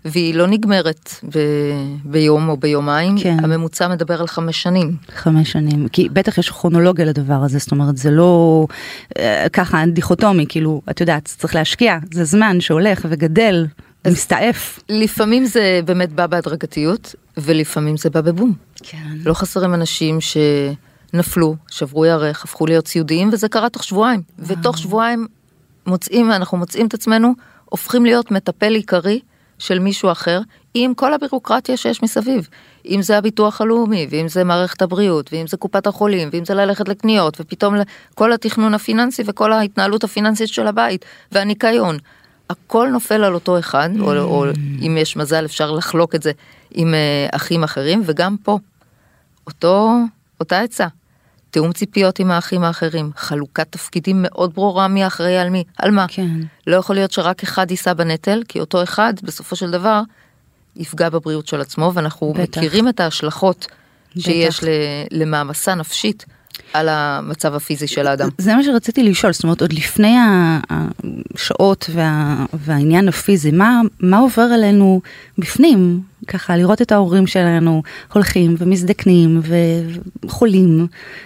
והיא לא נגמרת ביום או ביומיים, כן. הממוצע מדבר על 5 שנים. 5 שנים, כי בטח יש כרונולוגיה לדבר הזה, זאת אומרת, זה לא ככה דיכוטומי, כאילו, את יודעת, צריך להשקיע, זה זמן שהולך וגדל, מסתעף. לפעמים זה באמת בא בהדרגתיות, ולפעמים זה בא בבום. כן. לא חסרים אנשים שנפלו, שברו ירך, הפכו להיות סיעודיים, וזה קרה תוך שבועיים. ותוך שבועיים אנחנו מוצאים את עצמנו, הופכים להיות מטפל עיקרי של מישהו אחר, עם כל הבירוקרטיה שיש מסביב. אם זה הביטוח הלאומי, ואם זה מערכת הבריאות, ואם זה קופת החולים, ואם זה ללכת לקניות, ופתאום כל התכנון הפיננסי, וכל ההתנהלות הפיננסית של הבית, והניקיון. הכל נופל על אותו אחד, או אם יש מזל אפשר לחלוק את זה עם אחים אחרים, וגם פה, אותה עצה. תאום ציפיות עם האחים האחרים, חלוקת תפקידים מאוד ברורה מי אחראי על מי, על מה. כן. לא יכול להיות שרק אחד יישא בנטל, כי אותו אחד בסופו של דבר יפגע בבריאות של עצמו, ואנחנו בטח. מכירים את ההשלכות שיש למעמסה נפשית על המצב הפיזי של האדם. זה מה שרציתי לשאול, זאת אומרת, עוד לפני השעות והעניין הפיזי, מה עובר עלינו בפנים? ככה, לראות את ההורים שלנו הולכים ומזדקנים וחולים,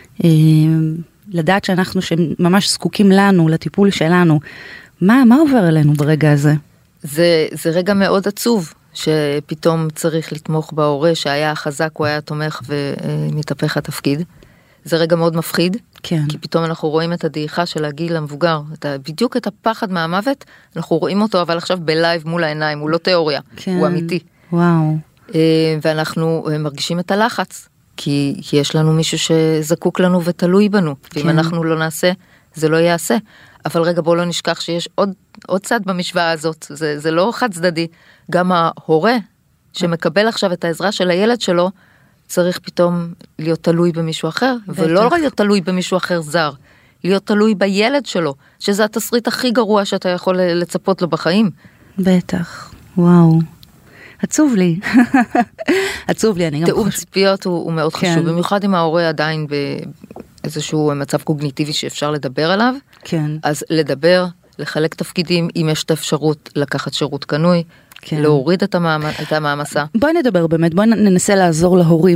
לדעת שאנחנו שממש זקוקים לנו, לטיפול שלנו. מה עובר עלינו ברגע הזה? זה רגע מאוד עצוב, שפתאום צריך לתמוך בהורה, שהיה חזק, הוא היה תומך ומתהפך התפקיד. זה רגע מאוד מפחיד, כן. כי פתאום אנחנו רואים את הדעיכה של הגיל המבוגר, בדיוק את הפחד מהמוות, אנחנו רואים אותו, אבל עכשיו בלייב מול העיניים, הוא לא תיאוריה, כן. הוא אמיתי. וואו. ואנחנו מרגישים את הלחץ, כי יש לנו מישהו שזקוק לנו ותלוי בנו, ואם אנחנו לא נעשה, זה לא יעשה. אבל רגע, בואו לא נשכח שיש עוד צד במשוואה הזאת, זה לא חד צדדי. גם ההורה שמקבל עכשיו את העזרה של הילד שלו, צריך פתאום להיות תלוי במישהו אחר, ולא להיות תלוי במישהו אחר זר, להיות תלוי בילד שלו, שזה התסריט הכי גרוע שאתה יכול לצפות לו בחיים. בטח, וואו. עצוב לי. עצוב לי, אני גם תאום ציפיות הוא מאוד כן. חשוב, במיוחד אם ההורה עדיין באיזשהו מצב קוגניטיבי שאפשר לדבר עליו, כן. אז לדבר, לחלק תפקידים, אם יש את האפשרות לקחת שירות קנוי, כן. להוריד את המעמסה. בואי נדבר באמת, בואי ננסה לעזור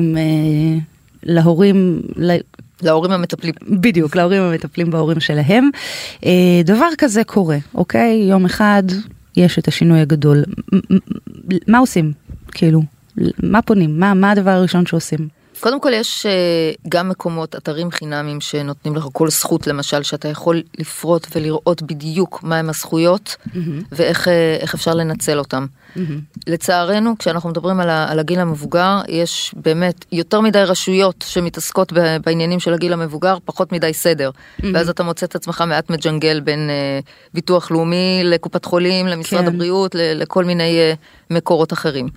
להורים המטפלים. בדיוק, להורים המטפלים בהורים שלהם. דבר כזה קורה, אוקיי? יום אחד יש את השינוי הגדול. מה עושים? כאילו, מה פונים? מה הדבר הראשון שעושים? קודם כל יש גם מקומות, אתרים חינמיים שנותנים לך כל זכות, למשל, שאתה יכול לפרוט ולראות בדיוק מהם הזכויות, ואיך אפשר לנצל אותם. לצערנו, כשאנחנו מדברים על הגיל המבוגר, יש באמת יותר מדי רשויות שמתעסקות בעניינים של הגיל המבוגר, פחות מדי סדר. ואז אתה מוצא את עצמך מעט מג'נגל בין ביטוח לאומי, לקופת חולים, למשרד הבריאות, לכל מיני מקורות אחרים.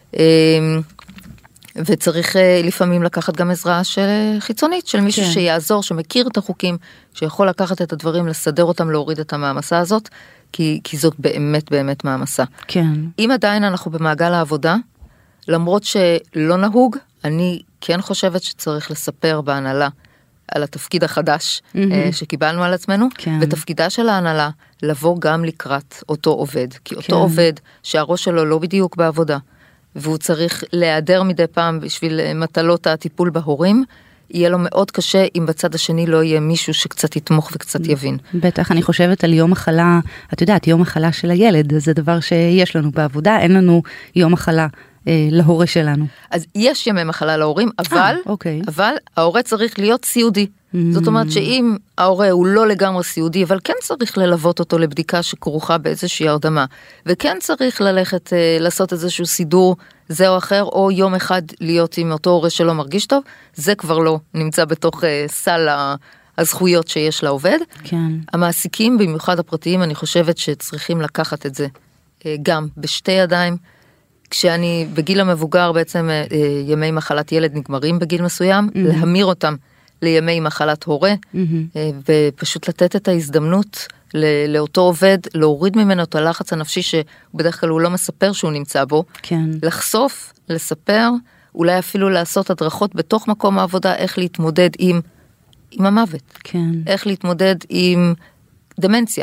וצריך לפעמים לקחת גם עזרה חיצונית של מישהו שיעזור, שמכיר את החוקים, שיכול לקחת את הדברים, לסדר אותם, להוריד את המעמסה הזאת, כי זאת באמת באמת מעמסה. כן. אם עדיין אנחנו במעגל העבודה, למרות שלא נהוג, אני כן חושבת שצריך לספר בהנהלה על התפקיד החדש שקיבלנו על עצמנו, ותפקידה של ההנהלה לבוא גם לקראת אותו עובד, כי אותו עובד שהראש שלו לא בדיוק בעבודה, והוא צריך להיעדר מדי פעם בשביל מטלות הטיפול בהורים, יהיה לו מאוד קשה אם בצד השני לא יהיה מישהו שקצת יתמוך וקצת יבין. בטח, אני חושבת על יום מחלה, את יודעת, יום מחלה של הילד, זה דבר שיש לנו בעבודה, אין לנו יום מחלה להורה שלנו. אז יש ימי מחלה להורים, אבל ההורה צריך להיות סיעודי. זאת אומרת שאם ההורה הוא לא לגמרי סיעודי, אבל כן צריך ללוות אותו לבדיקה שכרוכה באיזושהי הרדמה, וכן צריך ללכת לעשות איזשהו סידור זה או אחר, או יום אחד להיות עם אותו הורה שלא מרגיש טוב, זה כבר לא נמצא בתוך סל הזכויות שיש לעובד. כן. המעסיקים, במיוחד הפרטיים, אני חושבת שצריכים לקחת את זה גם בשתי ידיים, כשאני בגיל המבוגר בעצם ימי מחלת ילד נגמרים בגיל מסוים, להמיר אותם לימי מחלת הורה, ופשוט לתת את ההזדמנות לאותו עובד, להוריד ממנו את הלחץ הנפשי שבדרך כלל הוא לא מספר שהוא נמצא בו, לחשוף, לספר, אולי אפילו לעשות הדרכות בתוך מקום העבודה, איך להתמודד עם המוות, איך להתמודד עם דמנציה,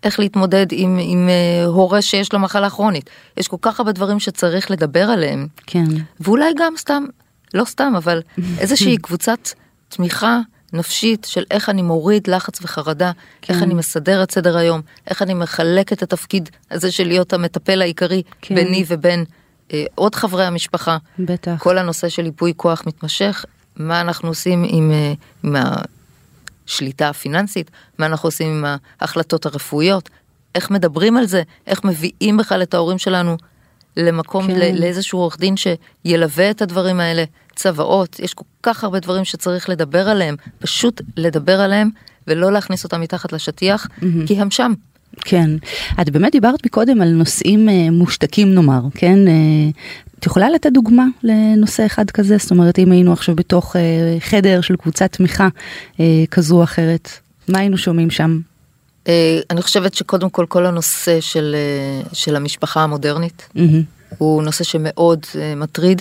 איך להתמודד עם הורה שיש לו מחלה כרונית. יש כל כך הרבה דברים שצריך לדבר עליהם. כן. ואולי גם סתם, לא סתם, אבל איזושהי קבוצת תמיכה נפשית של איך אני מוריד לחץ וחרדה, כן. איך אני מסדר את סדר היום, איך אני מחלק את התפקיד הזה של להיות המטפל העיקרי, כן. ביני ובין עוד חברי המשפחה. בטח. כל הנושא של ייפוי כוח מתמשך, מה אנחנו עושים עם השליטה הפיננסית, מה אנחנו עושים עם ההחלטות הרפואיות, איך מדברים על זה, איך מביאים בכלל את ההורים שלנו למקום, כן. לאיזשהו עורך דין שילווה את הדברים האלה, צוואות, יש כל כך הרבה דברים שצריך לדבר עליהם, פשוט לדבר עליהם, ולא להכניס אותם מתחת לשטיח, כי הם שם. כן, את באמת דיברת מקודם על נושאים מושתקים נאמר, כן? את יכולה לתת דוגמה לנושא אחד כזה? זאת אומרת, אם היינו עכשיו בתוך חדר של קבוצת תמיכה כזו או אחרת, מה היינו שומעים שם? אני חושבת שקודם כל הנושא של המשפחה המודרנית, הוא נושא שמאוד מטריד,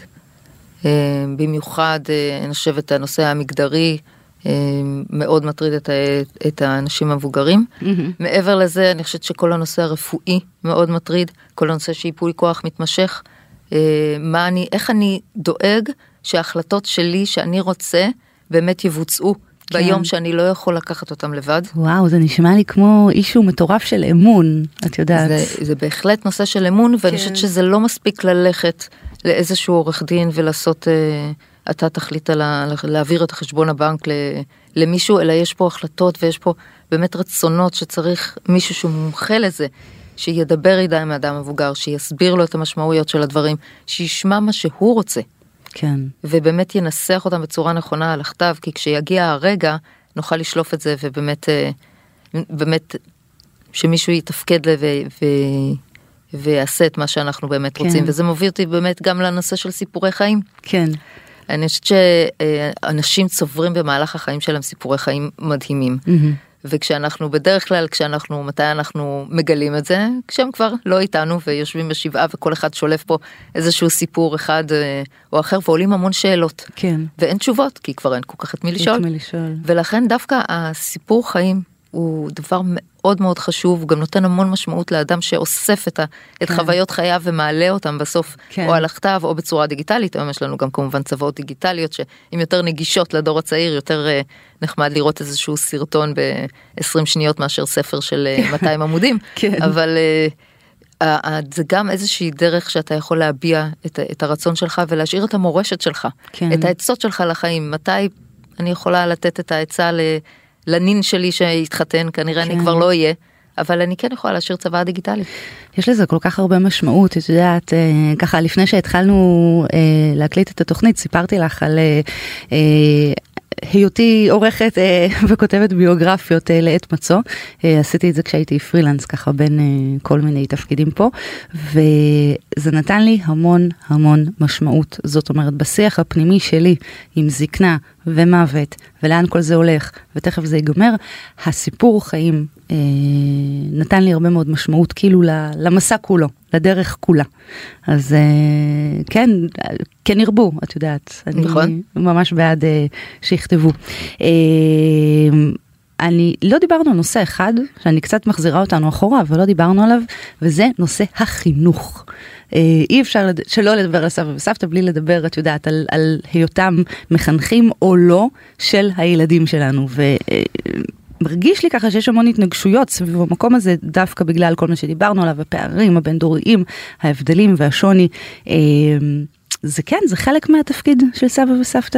במיוחד אני חושבת הנושא המגדרי, מאוד מטריד את האנשים המבוגרים. מעבר לזה, אני חושבת שכל הנושא הרפואי מאוד מטריד, כל הנושא שיפוי כוח מתמשך, איך אני דואג שההחלטות שלי שאני רוצה באמת יבוצעו ביום שאני לא יכול לקחת אותם לבד. וואו, זה נשמע לי כמו אישו מטורף של אמון, את יודעת. זה בהחלט נושא של אמון, ואני חושבת שזה לא מספיק ללכת לאיזשהו עורך דין ולעשות, אתה תחליט להעביר את החשבון הבנק למישהו, אלא יש פה החלטות ויש פה באמת רצונות שצריך מישהו שמומחה לזה, שידבר איתה עם האדם מבוגר, שיסביר לו את המשמעויות של הדברים, שישמע מה שהוא רוצה. כן. ובאמת ינסח אותם בצורה נכונה על הכתב, כי כשיגיע הרגע נוכל לשלוף את זה, ובאמת שמישהו יתפקד ויעשה את מה שאנחנו באמת רוצים, וזה מוביל אותי באמת גם לנושא של סיפורי חיים. כן. אני חושבת שאנשים צוברים במהלך החיים שלהם סיפורי חיים מדהימים. וכשאנחנו בדרך כלל, מתי אנחנו מגלים את זה? כשהם כבר לא איתנו ויושבים בשבעה וכל אחד שולף פה איזשהו סיפור אחד או אחר, ועולים המון שאלות. כן. ואין תשובות, כי כבר אין כל כך את מי לשאול. ולכן דווקא הסיפור חיים הוא דבר מאוד מאוד חשוב, הוא גם נותן המון משמעות לאדם שאוסף את חוויות חייו ומעלה אותם בסוף, או על הכתב או בצורה דיגיטלית. היום יש לנו גם כמובן צוואות דיגיטליות שהן יותר נגישות לדור הצעיר, יותר נחמד לראות איזשהו סרטון ב-20 שניות מאשר ספר של 200 עמודים, אבל זה גם איזושהי דרך שאתה יכול להביע את הרצון שלך ולהשאיר את המורשת שלך, את העצות שלך לחיים. מתי אני יכולה לתת את העצה לנין שלי שהתחתן, כנראה אני כבר לא אהיה, אבל אני כן יכולה להשאיר צוואה דיגיטלית. יש לזה כל כך הרבה משמעות, את יודעת, ככה לפני שהתחלנו להקליט את התוכנית, סיפרתי לך על היותי עורכת וכותבת ביוגרפיות לעת מצוא, עשיתי את זה כשהייתי פרילנס ככה בין כל מיני תפקידים פה, וזה נתן לי המון המון משמעות. זאת אומרת, בשיח הפנימי שלי עם זקנה ומוות ולאן כל זה הולך ותכף זה ייגמר, הסיפור חיים נתן לי הרבה מאוד משמעות כאילו למסע כולו, לדרך כולה. אז כן ירבו, את יודעת, נכון. אני ממש בעד שיכתבו. לא דיברנו על נושא אחד, שאני קצת מחזירה אותנו אחורה, אבל לא דיברנו עליו, וזה נושא החינוך. אי אפשר שלא לדבר על סבא וסבתא, בלי לדבר, את יודעת, על היותם מחנכים או לא של הילדים שלנו, מרגיש לי ככה שיש המון התנגשויות סביב המקום הזה, דווקא בגלל כל מה שדיברנו עליו, הפערים הבין-דוריים, ההבדלים והשוני. זה חלק מהתפקיד של סבא וסבתא?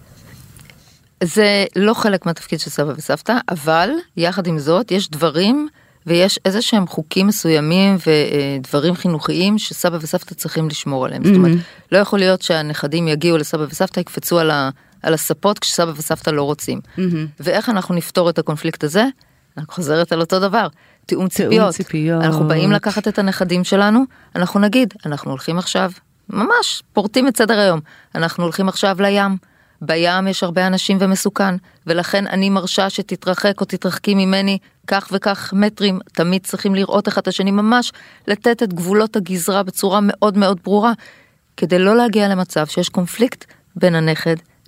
זה לא חלק מהתפקיד של סבא וסבתא, אבל יחד עם זאת יש דברים ויש איזה שהם חוקים מסוימים ודברים חינוכיים שסבא וסבתא צריכים לשמור עליהם. זאת אומרת, לא יכול להיות שהנכדים יגיעו לסבא וסבתא, יקפצו על הספות כשסבא וסבתא לא רוצים. ואיך אנחנו נפתור את הקונפליקט הזה? אני חוזרת על אותו דבר. תיאום ציפיות. אנחנו באים לקחת את הנכדים שלנו, אנחנו נגיד, אנחנו הולכים עכשיו, ממש פורטים את סדר היום, אנחנו הולכים עכשיו לים, בים יש הרבה אנשים ומסוכן, ולכן אני מרשה שתתרחק או תתרחקי ממני כך וכך מטרים, תמיד צריכים לראות אחד השני, ממש לתת את גבולות הגזרה בצורה מאוד מאוד ברורה, כדי לא להגיע למצב שיש קונפליקט בין הנכד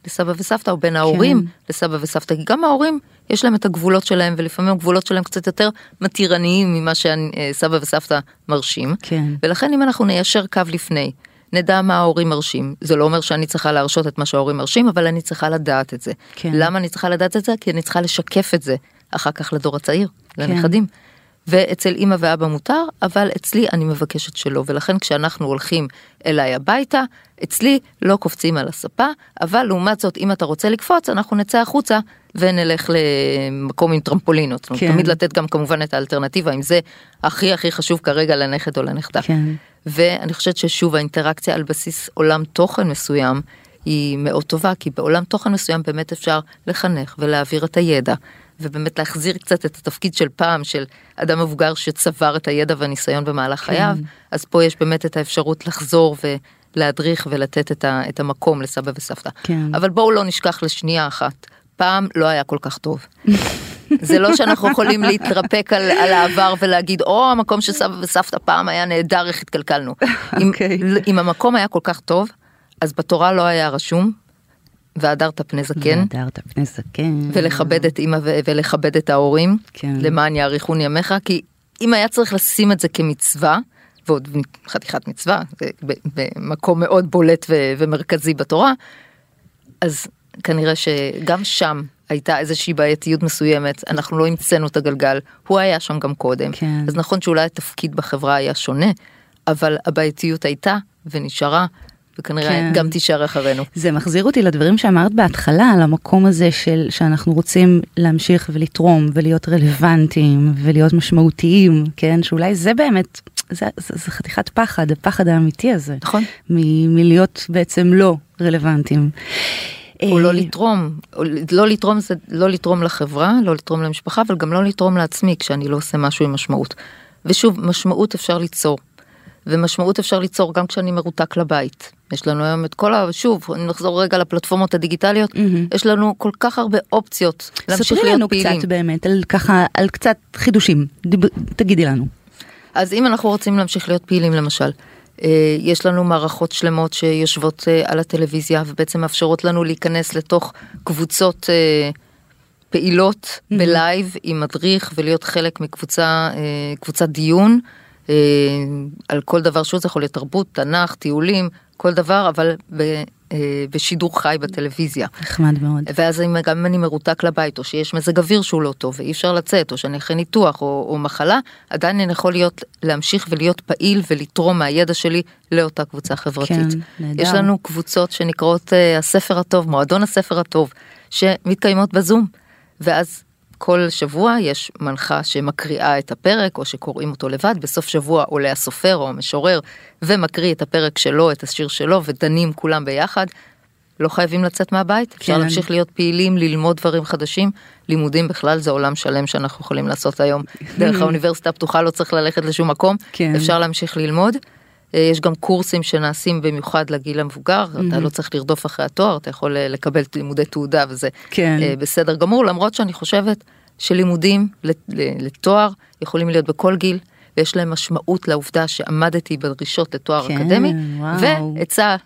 לסבא וסבתא, או בין ההורים לסבא וסבתא, כי גם ההורים יש להם את הגבולות שלהם, ולפעמים הגבולות שלהם קצת יותר מתירניים ממה שסבא וסבתא מרשים, ולכן אם אנחנו ניישר קו לפני, נדע מה ההורים מרשים, זה לא אומר שאני צריכה להרשות את מה שההורים מרשים, אבל אני צריכה לדעת את זה. למה אני צריכה לדעת את זה? כי אני צריכה לשקף את זה אחר כך לדור הצעיר, לנכדים. ואצל אמא ואבא מותר, אבל אצלי אני מבקשת שלא, ולכן כשאנחנו הולכים אליי הביתה, אצלי לא קופצים על הספה, אבל לעומת זאת, אם אתה רוצה לקפוץ, אנחנו נצא החוצה, ונלך למקום עם טרמפולינות. כן. תמיד לתת גם כמובן את האלטרנטיבה, אם זה הכי הכי חשוב כרגע לנכד או לנכדה. כן. ואני חושבת ששוב, האינטראקציה על בסיס עולם תוכן מסוים, היא מאוד טובה, כי בעולם תוכן מסוים באמת אפשר לחנך ולהעביר את הידע, ובאמת להחזיר קצת את התפקיד של פעם, של אדם מבוגר שצבר את הידע והניסיון במהלך חייו, אז פה יש באמת את האפשרות לחזור ולהדריך ולתת את המקום לסבא וסבתא. אבל בואו לא נשכח לשנייה אחת, פעם לא היה כל כך טוב. זה לא שאנחנו יכולים להתרפק על העבר ולהגיד, המקום של סבא וסבתא פעם היה נהדר, איך התקלקלנו. אם המקום היה כל כך טוב, אז בתורה לא היה רשום, והדרת פני זקן, ולכבד את אמא ולכבד את ההורים, למען יאריכון ימיך, כי אם היה צריך לשים את זה כמצווה, ועוד חתיכת מצווה, במקום מאוד בולט ומרכזי בתורה, אז כנראה שגם שם הייתה איזושהי בעייתיות מסוימת, אנחנו לא המצאנו את הגלגל, הוא היה שם גם קודם, אז נכון שאולי התפקיד בחברה היה שונה, אבל הבעייתיות הייתה ונשארה, וכנראה גם תישאר אחרינו. זה מחזיר אותי לדברים שאמרת בהתחלה, על המקום הזה שאנחנו רוצים להמשיך ולתרום, ולהיות רלוונטיים, ולהיות משמעותיים, כן? שאולי זה באמת, זה חתיכת פחד, הפחד האמיתי הזה. נכון. מלהיות בעצם לא רלוונטיים. או לא לתרום. לא לתרום לחברה, לא לתרום למשפחה, אבל גם לא לתרום לעצמי, כשאני לא עושה משהו עם משמעות. ושוב, משמעות אפשר ליצור. ומשמעות אפשר ליצור גם כשאני מרותק לבית. יש לנו היום את כל שוב, אני נחזור רגע לפלטפורמות הדיגיטליות, יש לנו כל כך הרבה אופציות להמשיך להיות פעילים. ספרי לנו קצת באמת, על קצת חידושים, תגידי לנו. אז אם אנחנו רוצים להמשיך להיות פעילים למשל, יש לנו מערכות שלמות שיושבות על הטלוויזיה, ובעצם מאפשרות לנו להיכנס לתוך קבוצות פעילות בלייב עם מדריך, ולהיות חלק מקבוצת דיון, על כל דבר שהוא, זה יכול להיות תרבות, תנ"ך, טיולים, כל דבר, אבל בשידור חי בטלוויזיה. נחמד מאוד. ואז גם אם אני מרותק לבית, או שיש מזג אוויר שהוא לא טוב, ואי אפשר לצאת, או שאני אחרי ניתוח, או מחלה, עדיין אני יכול להמשיך ולהיות פעיל, ולתרום מהידע שלי לאותה קבוצה חברתית. כן, נהדר. יש לנו קבוצות שנקראות הספר הטוב, מועדון הספר הטוב, שמתקיימות בזום, ואז כל שבוע יש מנחה שמקריאה את הפרק, או שקוראים אותו לבד, בסוף שבוע עולה הסופר או המשורר, ומקריא את הפרק שלו, את השיר שלו, ודנים כולם ביחד. לא חייבים לצאת מהבית, אפשר להמשיך להיות פעילים, ללמוד דברים חדשים, לימודים בכלל זה עולם שלם שאנחנו יכולים לעשות היום. דרך האוניברסיטה הפתוחה לא צריך ללכת לשום מקום, אפשר להמשיך ללמוד. יש גם קורסים שנעשים במיוחד לגיל המבוגר, אתה לא צריך לרדוף אחרי התואר, אתה יכול לקבל לימודי תעודה וזה בסדר גמור, למרות שאני חושבת שלימודים לתואר יכולים להיות בכל גיל, ויש להם משמעות לעובדה שעמדתי בדרישות לתואר אקדמי, והצע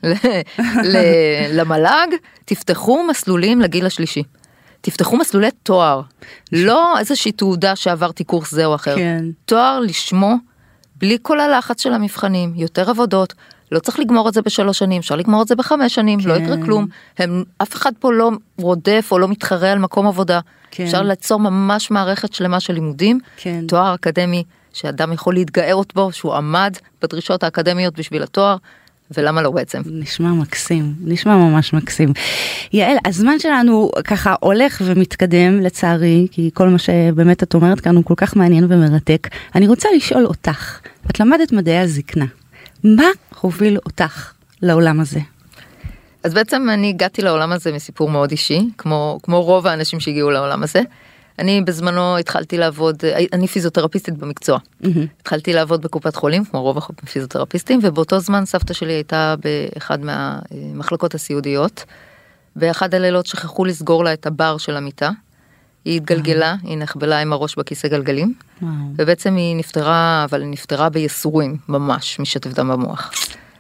למל"ג, תפתחו מסלולים לגיל השלישי. תפתחו מסלולי תואר, לא איזושהי תעודה שעברתי קורס זה או אחר, תואר לשמו, בלי כל הלחץ של המבחנים, יותר עבודות, לא צריך לגמור את זה ב3 שנים, אפשר לגמור את זה ב5 שנים, לא יקרה כלום, אף אחד פה לא רודף או לא מתחרה על מקום עבודה, אפשר ליצור ממש מערכת שלמה של לימודים, תואר אקדמי שאדם יכול להתגאות בו, שהוא עמד בדרישות האקדמיות בשביל התואר, ולמה לא בעצם? נשמע מקסים, נשמע ממש מקסים. יעל, הזמן שלנו ככה הולך ומתקדם לצערי, כי כל מה שבאמת את אומרת כאן הוא כל כך מעניין ומרתק. אני רוצה לשאול אותך, את למדת מדעי הזקנה, מה הוביל אותך לעולם הזה? אז בעצם אני הגעתי לעולם הזה מסיפור מאוד אישי, כמו רוב האנשים שהגיעו לעולם הזה. אני בזמנו התחלתי לעבוד, אני פיזיותרפיסטית במקצוע. התחלתי לעבוד בקופת חולים, כמו רוב הפיזיותרפיסטים, ובאותו זמן סבתא שלי הייתה באחד מהמחלקות הסיעודיות, באחד הלילות שכחו לסגור לה את הבר של המיטה, היא התגלגלה, היא נחבלה עם הראש בכיסא גלגלים, ובעצם היא נפטרה, אבל היא נפטרה בייסורים, ממש, משטף דם במוח.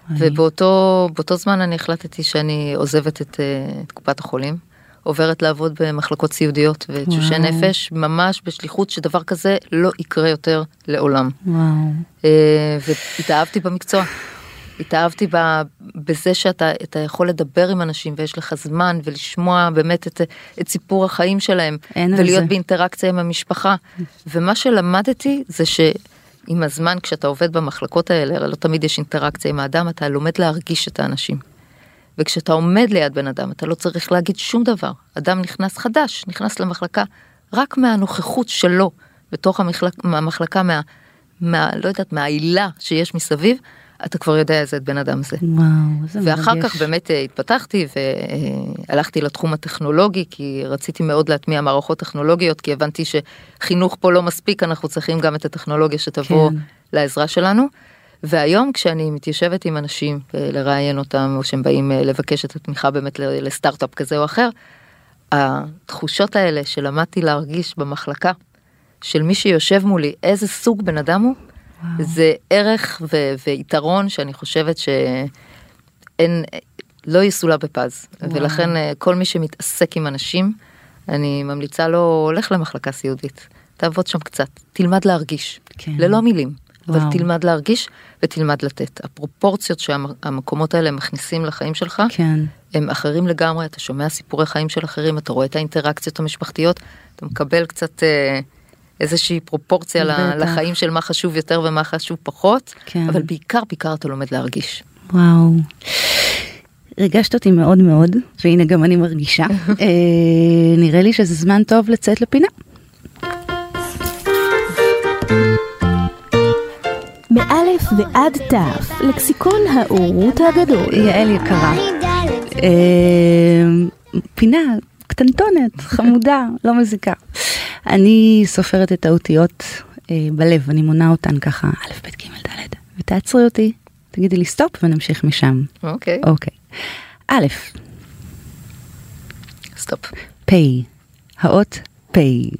ובאותו זמן אני החלטתי שאני עוזבת את קופת החולים, עוברת לעבוד במחלקות סיעודיות ותשושי נפש, ממש בשליחות שדבר כזה לא יקרה יותר לעולם. והתאהבתי במקצוע. התאהבתי בזה שאתה יכול לדבר עם אנשים ויש לך זמן ולשמוע באמת את סיפור החיים שלהם ולהיות באינטראקציה עם המשפחה. ומה שלמדתי זה שעם הזמן כשאתה עובד במחלקות האלה, לא תמיד יש אינטראקציה עם האדם, אתה לומד להרגיש את האנשים. וכשאתה עומד ליד בן אדם, אתה לא צריך להגיד שום דבר. אדם נכנס חדש, נכנס למחלקה, רק מהנוכחות שלו בתוך המחלקה, לא יודעת, מהעילה שיש מסביב, אתה כבר יודע איזה בן אדם זה. ואחר כך באמת התפתחתי והלכתי לתחום הטכנולוגי, כי רציתי מאוד להטמיע מערכות טכנולוגיות, כי הבנתי שחינוך פה לא מספיק, אנחנו צריכים גם את הטכנולוגיה שתבוא לעזרה שלנו. והיום כשאני מתיישבת עם אנשים לראיין אותם, או שהם באים לבקש את התמיכה באמת לסטארט-אפ כזה או אחר, התחושות האלה שלמדתי להרגיש במחלקה, של מי שיושב מולי, איזה סוג בן אדם הוא, זה ערך ויתרון שאני חושבת שאין, לא יסולה בפז. ולכן כל מי שמתעסק עם אנשים, אני ממליצה לו, הולך למחלקה סיעודית, תעבוד שם קצת, תלמד להרגיש, ללא מילים, אבל תלמד להרגיש ותלמד לתת. הפרופורציות שהמקומות האלה מכניסים לחיים שלך, הם אחרים לגמרי, אתה שומע סיפורי חיים של אחרים, אתה רואה את האינטראקציות המשפחתיות, אתה מקבל קצת איזושהי פרופורציה לחיים של מה חשוב יותר ומה חשוב פחות, אבל בעיקר אתה לומד להרגיש. וואו. ריגשת אותי מאוד מאוד, והנה גם אני מרגישה. נראה לי שזה זמן טוב לצאת לפינה. מאלף ועד תף, לקסיקון האורות הגדול. יעל יקרה. פינה קטנטונת, חמודה, לא מזיקה. אני סופרת את האותיות בלב, אני מונה אותן ככה, א', ב', ג', ד', ותעצרי אותי, תגידי לי סטופ ונמשיך משם. אוקיי. א', סטופ. פ', האות פ'.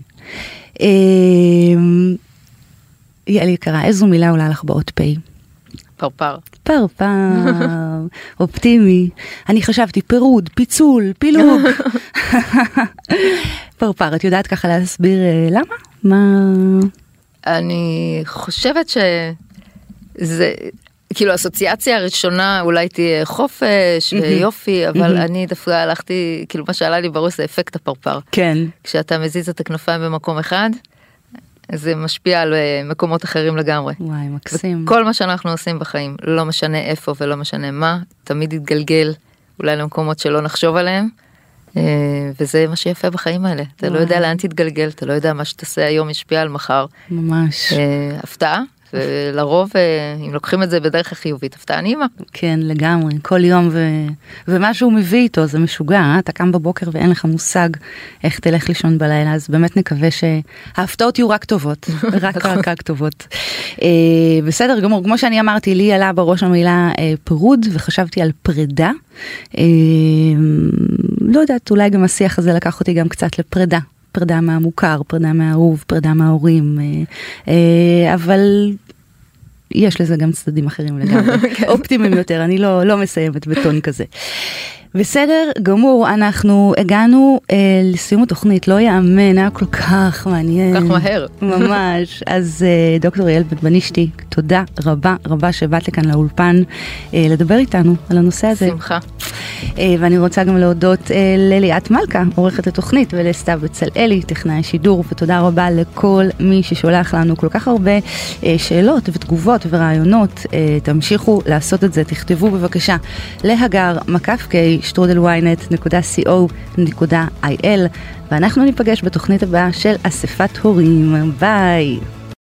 יעל יקרה, איזו מילה עולה לך באות פ'? פרפר. אופטימי. אני חשבתי פירוד, פיצול, פילוג. פרפר, את יודעת ככה להסביר למה? מה? אני חושבת שזה, כאילו האסוציאציה הראשונה אולי תהיה חופש ויופי, אבל אני דווקא הלכתי, כאילו מה שעלה לי בראש זה אפקט הפרפר. כן. כשאתה מזיז את הכנפיים במקום אחד, זה משפיע על מקומות אחרים לגמרי. וואי, מקסים. כל מה שאנחנו עושים בחיים, לא משנה איפה ולא משנה מה, תמיד יתגלגל אולי למקומות שלא נחשוב עליהם, וזה מה שיפה בחיים האלה. אתה לא יודע לאן תתגלגל, אתה לא יודע מה שתעשה היום ישפיע על מחר. ממש. הפתעה, ולרוב, אם לוקחים את זה בדרך החיובית, הפתעה נעימה. כן, לגמרי. כל יום ומה שהוא מביא איתו, זה משוגע. אתה קם בבוקר ואין לך מושג איך תלך לישון בלילה, אז באמת נקווה שההפתעות יהיו רק טובות, רק טובות. בסדר גמור, כמו שאני אמרתי, לי עלה בראש המילה פירוד, וחשבתי על פרידה. לא יודעת, אולי גם השיח הזה לקח אותי גם קצת לפרידה. פרידה מהמוכר, פרידה מהאהוב, פרידה מההורים, אבל יש לזה גם צדדים אחרים לגמרי, אופטימיים יותר, אני לא מסיימת בטון כזה. בסדר גמור, אנחנו הגענו לסיום התוכנית, לא יאמן, היה כל כך מעניין. כל כך מהר. ממש, אז דוקטור יעל בנבנישתי, תודה רבה שבאת לכאן לאולפן לדבר איתנו על הנושא הזה. שמחה. ואני רוצה גם להודות לליאת מלכה, עורכת התוכנית, ולסתיו בצלאלי, טכנאי שידור, ותודה רבה לכל מי ששולח לנו כל כך הרבה שאלות ותגובות ורעיונות. תמשיכו לעשות את זה, תכתבו בבקשה להגר _ynet.co.il, ואנחנו ניפגש בתוכנית הבאה של אספת הורים. ביי.